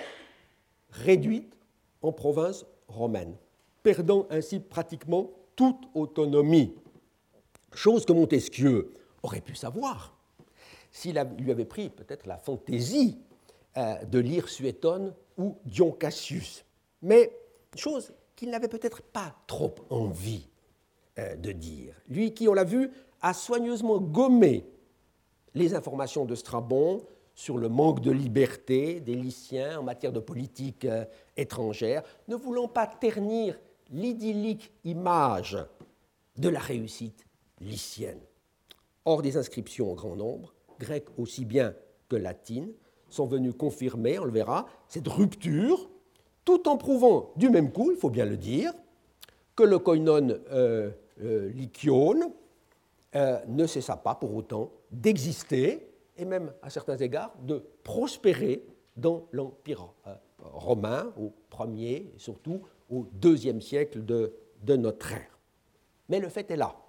S2: réduite en province romaine, perdant ainsi pratiquement toute autonomie, chose que Montesquieu aurait pu savoir s'il lui avait pris peut-être la fantaisie euh, de lire Suétone ou Dion Cassius, mais chose qu'il n'avait peut-être pas trop envie euh, de dire. Lui qui, on l'a vu, a soigneusement gommé les informations de Strabon sur le manque de liberté des Lyciens en matière de politique euh, étrangère, ne voulant pas ternir l'idyllique image de la réussite lycienne. Or, des inscriptions en grand nombre, grecques aussi bien que latines, sont venues confirmer, on le verra, cette rupture, tout en prouvant du même coup, il faut bien le dire, que le koinon euh, euh, lycion euh, ne cessa pas pour autant d'exister et même à certains égards de prospérer dans l'Empire euh, romain au premier et surtout au deuxième siècle de, de notre ère. Mais le fait est là.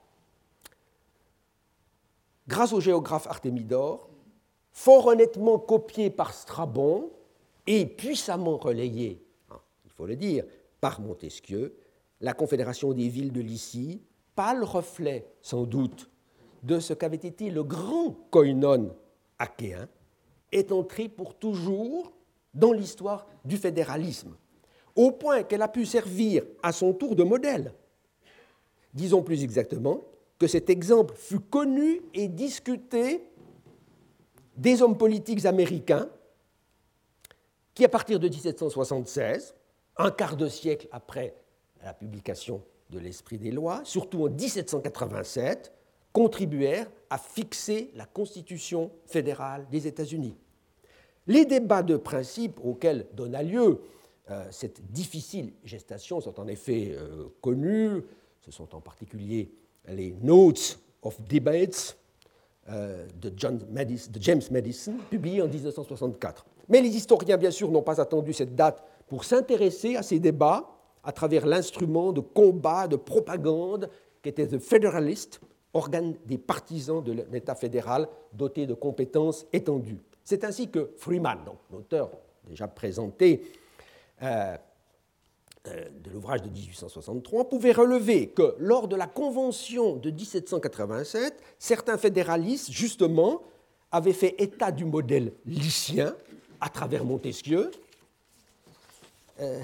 S2: Grâce au géographe Artémidore, fort honnêtement copié par Strabon et puissamment relayé, il faut le dire, par Montesquieu, la Confédération des villes de Lycie, pâle reflet sans doute de ce qu'avait été le grand koinon achéen, est entrée pour toujours dans l'histoire du fédéralisme, au point qu'elle a pu servir à son tour de modèle. Disons plus exactement que cet exemple fut connu et discuté des hommes politiques américains qui, à partir de dix-sept cent soixante-seize, un quart de siècle après la publication de l'Esprit des lois, surtout en dix-sept cent quatre-vingt-sept, contribuèrent à fixer la Constitution fédérale des États-Unis. Les débats de principe auxquels donna lieu euh, cette difficile gestation sont en effet euh, connus. Ce sont en particulier les Notes of Debates euh, de, John Madison, de James Madison, publiés en dix-neuf cent soixante-quatre. Mais les historiens, bien sûr, n'ont pas attendu cette date pour s'intéresser à ces débats à travers l'instrument de combat, de propagande qu'était The Federalist, organe des partisans de l'État fédéral doté de compétences étendues. C'est ainsi que Freeman, donc l'auteur déjà présenté, euh, de l'ouvrage de dix-huit cent soixante-trois, on pouvait relever que lors de la Convention de dix-sept cent quatre-vingt-sept, certains fédéralistes, justement, avaient fait état du modèle lycien à travers Montesquieu, euh,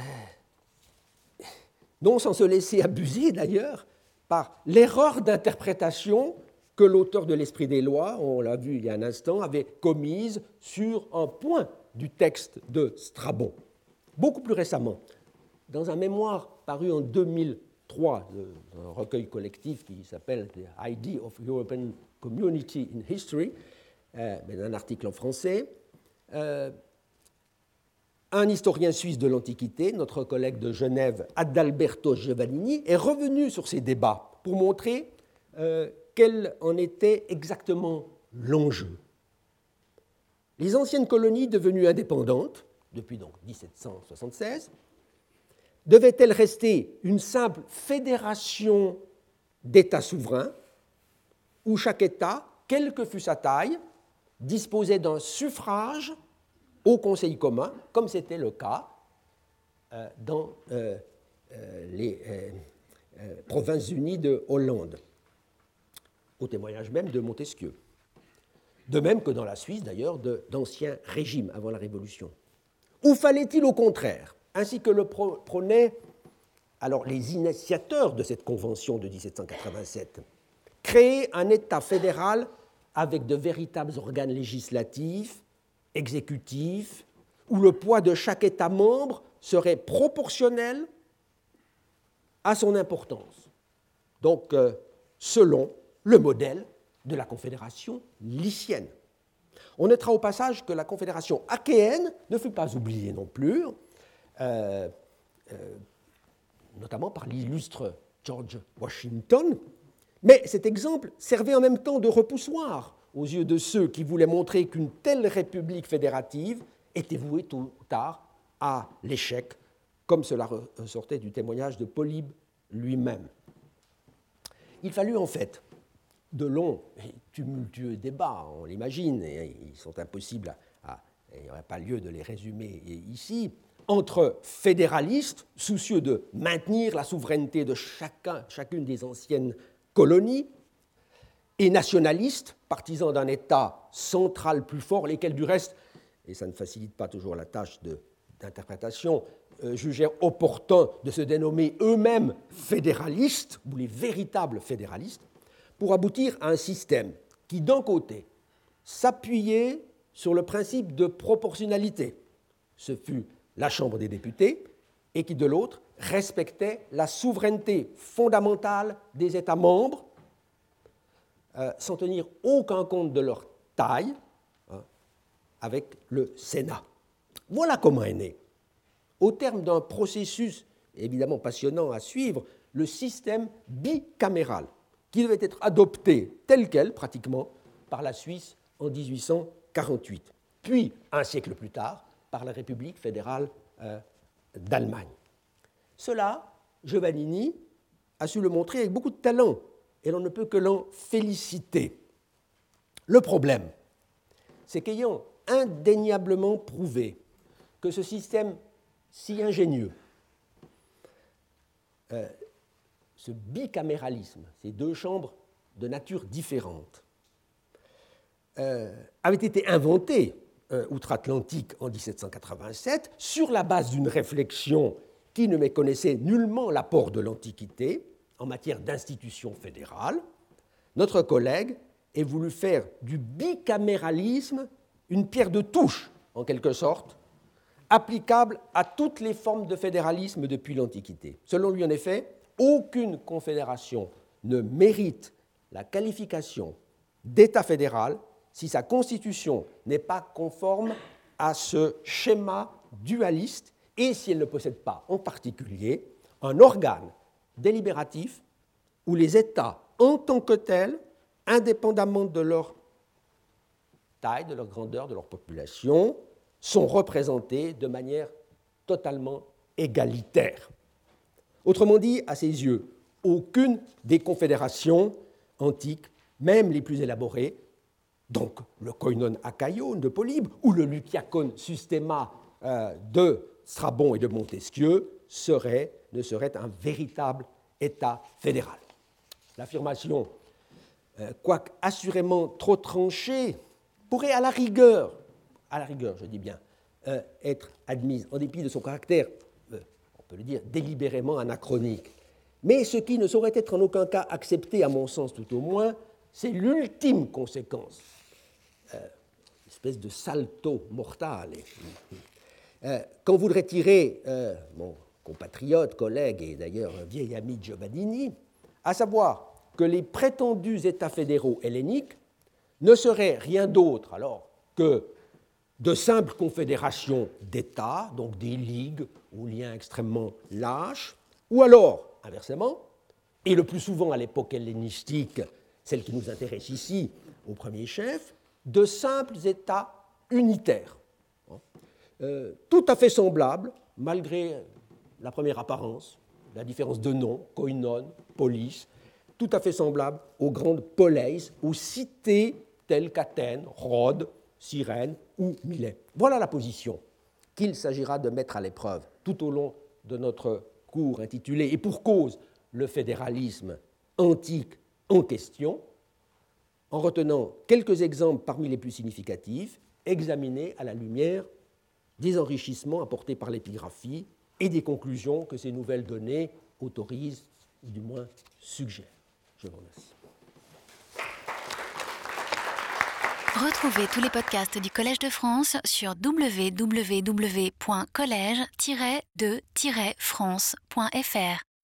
S2: non sans se laisser abuser d'ailleurs par l'erreur d'interprétation que l'auteur de l'Esprit des lois, on l'a vu il y a un instant, avait commise sur un point du texte de Strabon. Beaucoup plus récemment, dans un mémoire paru en deux mille trois, un recueil collectif qui s'appelle The Idea of European Community in History, euh, mais un article en français, euh, un historien suisse de l'Antiquité, notre collègue de Genève, Adalberto Giovannini, est revenu sur ces débats pour montrer euh, quel en était exactement l'enjeu. Les anciennes colonies devenues indépendantes, depuis donc dix-sept cent soixante-seize, devait-elle rester une simple fédération d'États souverains où chaque État, quelle que fût sa taille, disposait d'un suffrage au Conseil commun, comme c'était le cas euh, dans euh, euh, les euh, euh, Provinces-Unies de Hollande, au témoignage même de Montesquieu. De même que dans la Suisse, d'ailleurs, d'anciens régimes avant la Révolution. Ou fallait-il, au contraire, ainsi que le prônaient alors les initiateurs de cette convention de dix-sept cent quatre-vingt-sept, créer un État fédéral avec de véritables organes législatifs, exécutifs, où le poids de chaque État membre serait proportionnel à son importance. Donc, euh, selon le modèle de la confédération lycienne. On notera au passage que la confédération achéenne ne fut pas oubliée non plus, euh, euh, notamment par l'illustre George Washington, mais cet exemple servait en même temps de repoussoir aux yeux de ceux qui voulaient montrer qu'une telle république fédérative était vouée tôt ou tard à l'échec, comme cela ressortait du témoignage de Polybe lui-même. Il fallut en fait de longs et tumultueux débats, on l'imagine, et ils sont impossibles à, à il n'y aurait pas lieu de les résumer ici, entre fédéralistes soucieux de maintenir la souveraineté de chacun, chacune des anciennes colonies, et nationalistes, partisans d'un État central plus fort, lesquels du reste, et ça ne facilite pas toujours la tâche de, d'interprétation, euh, jugèrent opportun de se dénommer eux-mêmes fédéralistes, ou les véritables fédéralistes, pour aboutir à un système qui, d'un côté, s'appuyait sur le principe de proportionnalité, ce fut la Chambre des députés, et qui, de l'autre, respectait la souveraineté fondamentale des États membres, euh, sans tenir aucun compte de leur taille, hein, avec le Sénat. Voilà comment est né, au terme d'un processus évidemment passionnant à suivre, le système bicaméral, qui devait être adopté tel quel, pratiquement, par la Suisse en dix-huit cent quarante-huit, puis, un siècle plus tard, par la République fédérale euh, d'Allemagne. Cela, Giovannini a su le montrer avec beaucoup de talent, et l'on ne peut que l'en féliciter. Le problème, c'est qu'ayant indéniablement prouvé que ce système si ingénieux, euh, ce bicaméralisme, ces deux chambres de nature différente, euh, avait été inventé euh, outre-Atlantique en dix-sept cent quatre-vingt-sept sur la base d'une réflexion qui ne méconnaissait nullement l'apport de l'Antiquité en matière d'institutions fédérales. Notre collègue ait voulu faire du bicaméralisme une pierre de touche, en quelque sorte, applicable à toutes les formes de fédéralisme depuis l'Antiquité. Selon lui, en effet, aucune confédération ne mérite la qualification d'État fédéral si sa constitution n'est pas conforme à ce schéma dualiste et si elle ne possède pas, en particulier, un organe délibératif où les États, en tant que tels, indépendamment de leur taille, de leur grandeur, de leur population, sont représentés de manière totalement égalitaire. Autrement dit, à ses yeux, aucune des confédérations antiques, même les plus élaborées, donc le koinon akaion de Polybe ou le lukiakon systema euh, de Strabon et de Montesquieu serait, ne serait un véritable État fédéral. L'affirmation, euh, quoique assurément trop tranchée, pourrait à la rigueur, à la rigueur, je dis bien, euh, être admise en dépit de son caractère, euh, on peut le dire, délibérément anachronique. Mais ce qui ne saurait être en aucun cas accepté, à mon sens tout au moins, c'est l'ultime conséquence, euh, une espèce de salto mortale. Euh, Qu'en voudrait tirer euh, mon compatriote, collègue et d'ailleurs un vieil ami Giovannini, à savoir que les prétendus États fédéraux helléniques ne seraient rien d'autre alors que de simples confédérations d'États, donc des ligues aux liens extrêmement lâches, ou alors, inversement, et le plus souvent à l'époque hellénistique, celle qui nous intéresse ici au premier chef, de simples États unitaires, euh, tout à fait semblables, malgré la première apparence, la différence de nom, koinon, polis, tout à fait semblables aux grandes poleis, aux cités telles qu'Athènes, Rhodes, Cyrène ou Milet. Voilà la position qu'il s'agira de mettre à l'épreuve tout au long de notre cours intitulé « Et pour cause, le fédéralisme antique en question », en retenant quelques exemples parmi les plus significatifs, examinés à la lumière des enrichissements apportés par l'épigraphie et des conclusions que ces nouvelles données autorisent, ou du moins suggèrent. Je vous remercie.
S1: Retrouvez tous les podcasts du Collège de France sur w w w point collège tiret de tiret france point f r.